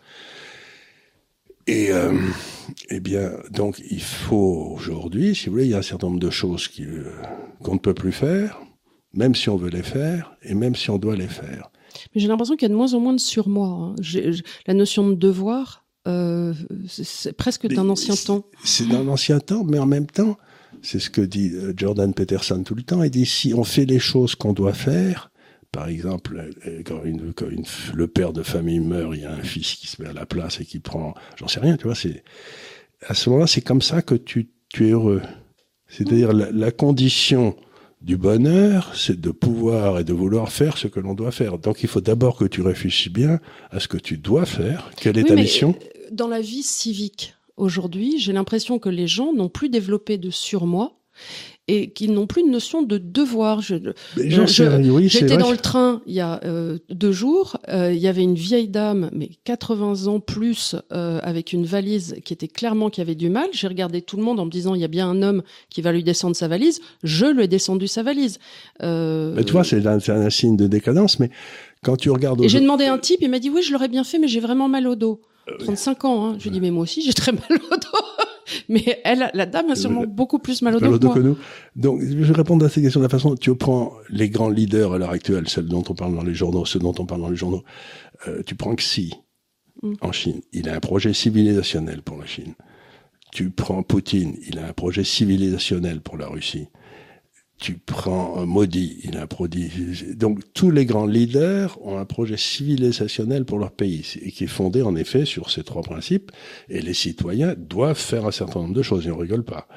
Et, euh, eh bien, donc, il faut, aujourd'hui, si vous voulez, il y a un certain nombre de choses qui, euh, qu'on ne peut plus faire, même si on veut les faire, et même si on doit les faire. Mais j'ai l'impression qu'il y a de moins en moins de surmoi. Hein. J'ai, j'ai, la notion de devoir... Euh, c'est, c'est presque d'un ancien c'est, temps. C'est d'un ancien temps, mais en même temps, c'est ce que dit Jordan Peterson tout le temps. Il dit, si on fait les choses qu'on doit faire, par exemple, quand, une, quand une, le père de famille meurt, il y a un fils qui se met à la place et qui prend, j'en sais rien, tu vois, c'est, à ce moment-là, c'est comme ça que tu, tu es heureux. C'est-à-dire, mmh. la, la condition du bonheur, c'est de pouvoir et de vouloir faire ce que l'on doit faire. Donc, il faut d'abord que tu réfléchisses bien à ce que tu dois faire. Quelle est oui, ta mais mission ? Dans la vie civique, aujourd'hui, j'ai l'impression que les gens n'ont plus développé de surmoi et qu'ils n'ont plus de notion de devoir. Je, mais je, je, oui, j'étais c'est dans vrai. le train il y a euh, deux jours. Euh, il y avait une vieille dame, mais quatre-vingts ans plus, euh, avec une valise qui était clairement qui avait du mal. J'ai regardé tout le monde en me disant il y a bien un homme qui va lui descendre sa valise. Je lui ai descendu sa valise. Euh... Mais tu vois, c'est un, c'est un signe de décadence. Mais quand tu regardes... Et j'ai demandé à un type, il m'a dit oui, je l'aurais bien fait, mais j'ai vraiment mal au dos. trente-cinq ans, hein. Je lui ai dit, mais moi aussi, j'ai très mal au dos. Mais elle, la dame a sûrement le, beaucoup plus mal au dos, mal que, moi. que nous. Donc, je vais répondre à ces questions de la façon, tu prends les grands leaders à l'heure actuelle, celles dont on parle dans les journaux, ceux dont on parle dans les journaux. Euh, tu prends Xi, mm. en Chine. Il a un projet civilisationnel pour la Chine. Tu prends Poutine, il a un projet civilisationnel pour la Russie. Tu prends Modi, il a un produit. Donc, tous les grands leaders ont un projet civilisationnel pour leur pays, et qui est fondé, en effet, sur ces trois principes. Et les citoyens doivent faire un certain nombre de choses, et on rigole pas.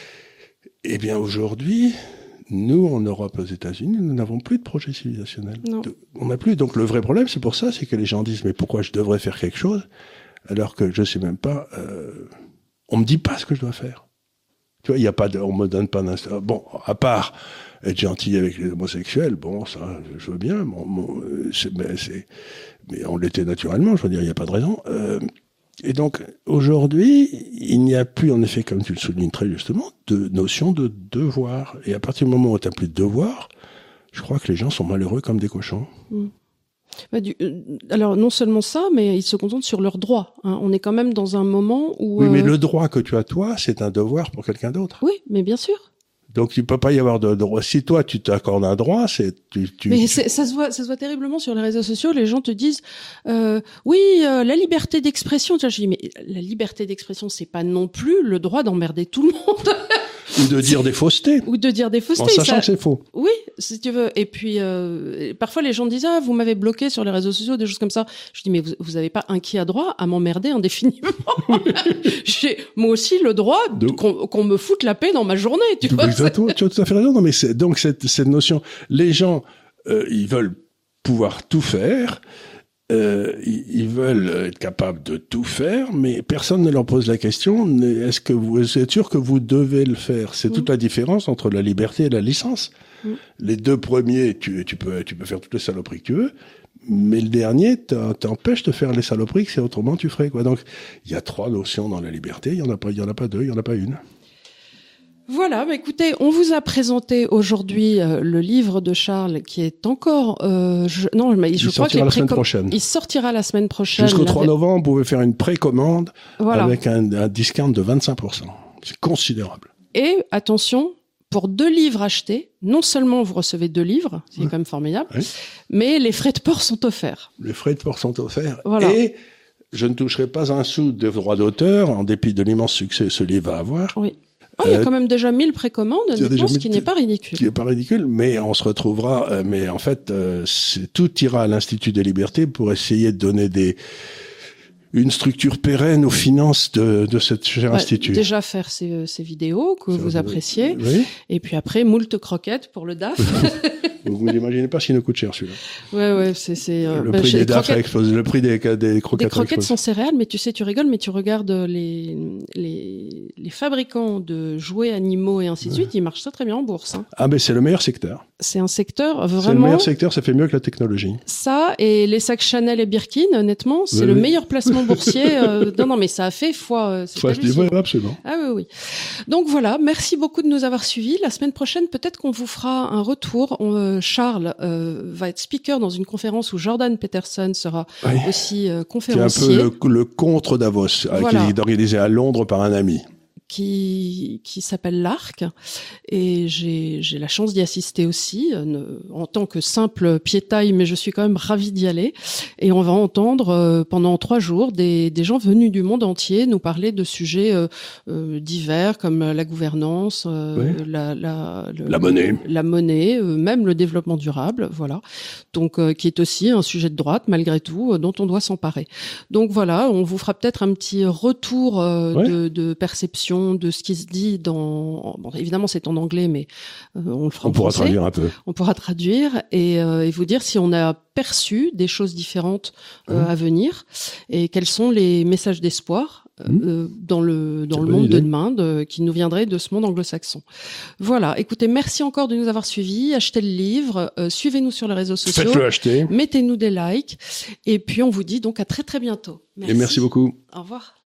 Eh bien, aujourd'hui, nous, en Europe, aux États-Unis, nous n'avons plus de projet civilisationnel. Non. On n'a plus. Donc, le vrai problème, c'est pour ça, c'est que les gens disent, mais pourquoi je devrais faire quelque chose, alors que je sais même pas, euh, on me dit pas ce que je dois faire. Tu vois, il y a pas de, on me donne pas d'instinct. Bon, à part être gentil avec les homosexuels, bon, ça, je veux bien. Bon, bon, c'est, mais, c'est, mais on l'était naturellement. Je veux dire, il n'y a pas de raison. Euh, et donc, aujourd'hui, il n'y a plus, en effet, comme tu le soulignes très justement, de notion de devoir. Et à partir du moment où tu n'as plus de devoir, je crois que les gens sont malheureux comme des cochons. Mmh. Bah, du, euh, alors non seulement ça, mais ils se concentrent sur leurs droits. Hein. On est quand même dans un moment où... Oui, mais euh... le droit que tu as toi, c'est un devoir pour quelqu'un d'autre. Oui, mais bien sûr. Donc il peut pas y avoir de droit. Si toi tu t'accordes un droit, c'est tu. tu mais tu... c'est, ça se voit, ça se voit terriblement sur les réseaux sociaux. Les gens te disent, euh, oui, euh, la liberté d'expression. Tu vois, je dis, mais la liberté d'expression, c'est pas non plus le droit d'emmerder tout le monde. Ou de dire des faussetés. Ou de dire des faussetés. En sachant ça... que c'est faux. Oui, si tu veux. Et puis, euh, parfois, les gens disent, ah, vous m'avez bloqué sur les réseaux sociaux, des choses comme ça. Je dis, mais vous, vous avez pas un qui a droit à m'emmerder indéfiniment. J'ai, moi aussi, le droit de... qu'on, qu'on me foute la paix dans ma journée, tu tu vois. Exactement, tu as tout à fait raison. Non, mais c'est, donc, cette, cette notion, les gens, euh, ils veulent pouvoir tout faire. Euh, ils veulent être capables de tout faire, mais personne ne leur pose la question, est-ce que vous êtes sûr que vous devez le faire? C'est mmh. toute la différence entre la liberté et la licence. Mmh. Les deux premiers, tu, tu, peux, tu peux faire toutes les saloperies que tu veux, mais le dernier t'empêche de faire les saloperies que c'est autrement tu ferais, quoi. Donc, il y a trois notions dans la liberté, il y en a pas, il y en a pas deux, il y en a pas une. Voilà, bah écoutez, on vous a présenté aujourd'hui euh, le livre de Charles qui est encore... Euh, je, non, mais je il crois qu'il sortira la semaine prochaine. Il sortira la semaine prochaine. Jusqu'au trois novembre, vous pouvez faire une précommande voilà. avec un, un discount de vingt-cinq pour cent. C'est considérable. Et attention, pour deux livres achetés, non seulement vous recevez deux livres, c'est oui. quand même formidable, oui. mais les frais de port sont offerts. Les frais de port sont offerts. Voilà. Et je ne toucherai pas un sou de droits d'auteur, en dépit de l'immense succès que ce livre va avoir. Oui. Oh, il y a quand même déjà mille précommandes, honnêtement, ce qui n'est pas ridicule. Qui n'est pas ridicule, mais on se retrouvera. Euh, mais en fait, euh, c'est, tout ira à l'Institut des Libertés pour essayer de donner des une structure pérenne aux finances de, de cet cher ouais, institut. Déjà faire ces, ces vidéos que ça, vous appréciez, oui. et puis après moult croquettes pour le D A F. Vous n'imaginez pas s'il nous coûte cher celui-là. Ouais, ouais, c'est c'est. Euh, le bah, prix des D A F a explosé, le prix des, des croquettes. Des croquettes sont céréales, mais tu sais, tu rigoles, mais tu regardes les les les fabricants de jouets animaux et ainsi de suite, ouais. ils marchent très très bien en bourse. Hein. Ah, mais c'est le meilleur secteur. C'est un secteur vraiment. C'est le meilleur secteur, ça fait mieux que la technologie. Ça et les sacs Chanel et Birkin, honnêtement, c'est oui, le oui. meilleur placement boursier. euh, non, non, mais ça a fait foi. Euh, Fois, je dis, ouais, absolument. Ah oui, oui. Donc voilà, merci beaucoup de nous avoir suivis. La semaine prochaine, peut-être qu'on vous fera un retour. On, euh, Charles euh, va être speaker dans une conférence où Jordan Peterson sera oui. aussi euh, conférencier. C'est un peu le, le contre Davos, voilà. qui est organisé à Londres par un ami. qui qui s'appelle l'Arc, et j'ai j'ai la chance d'y assister aussi euh, en tant que simple piétaille, mais je suis quand même ravie d'y aller. Et on va entendre euh, pendant trois jours des des gens venus du monde entier nous parler de sujets euh, euh, divers comme la gouvernance, euh, oui. la la le, la monnaie, la monnaie, euh, même le développement durable, voilà. Donc euh, qui est aussi un sujet de droite malgré tout, euh, dont on doit s'emparer. Donc voilà, on vous fera peut-être un petit retour euh, oui. de de perception de ce qui se dit dans... Bon, évidemment, c'est en anglais, mais euh, on le fera on en pourra français. traduire un peu. On pourra traduire et, euh, et vous dire si on a perçu des choses différentes euh, mmh. à venir et quels sont les messages d'espoir mmh. euh, dans le dans c'est le monde idée. de demain de, qui nous viendrait de ce monde anglo-saxon. Voilà. Écoutez, merci encore de nous avoir suivis. Achetez le livre, euh, suivez-nous sur les réseaux sociaux. Faites-le acheter. Mettez-nous des likes et puis on vous dit donc à très très bientôt. Merci. Et merci beaucoup. Au revoir.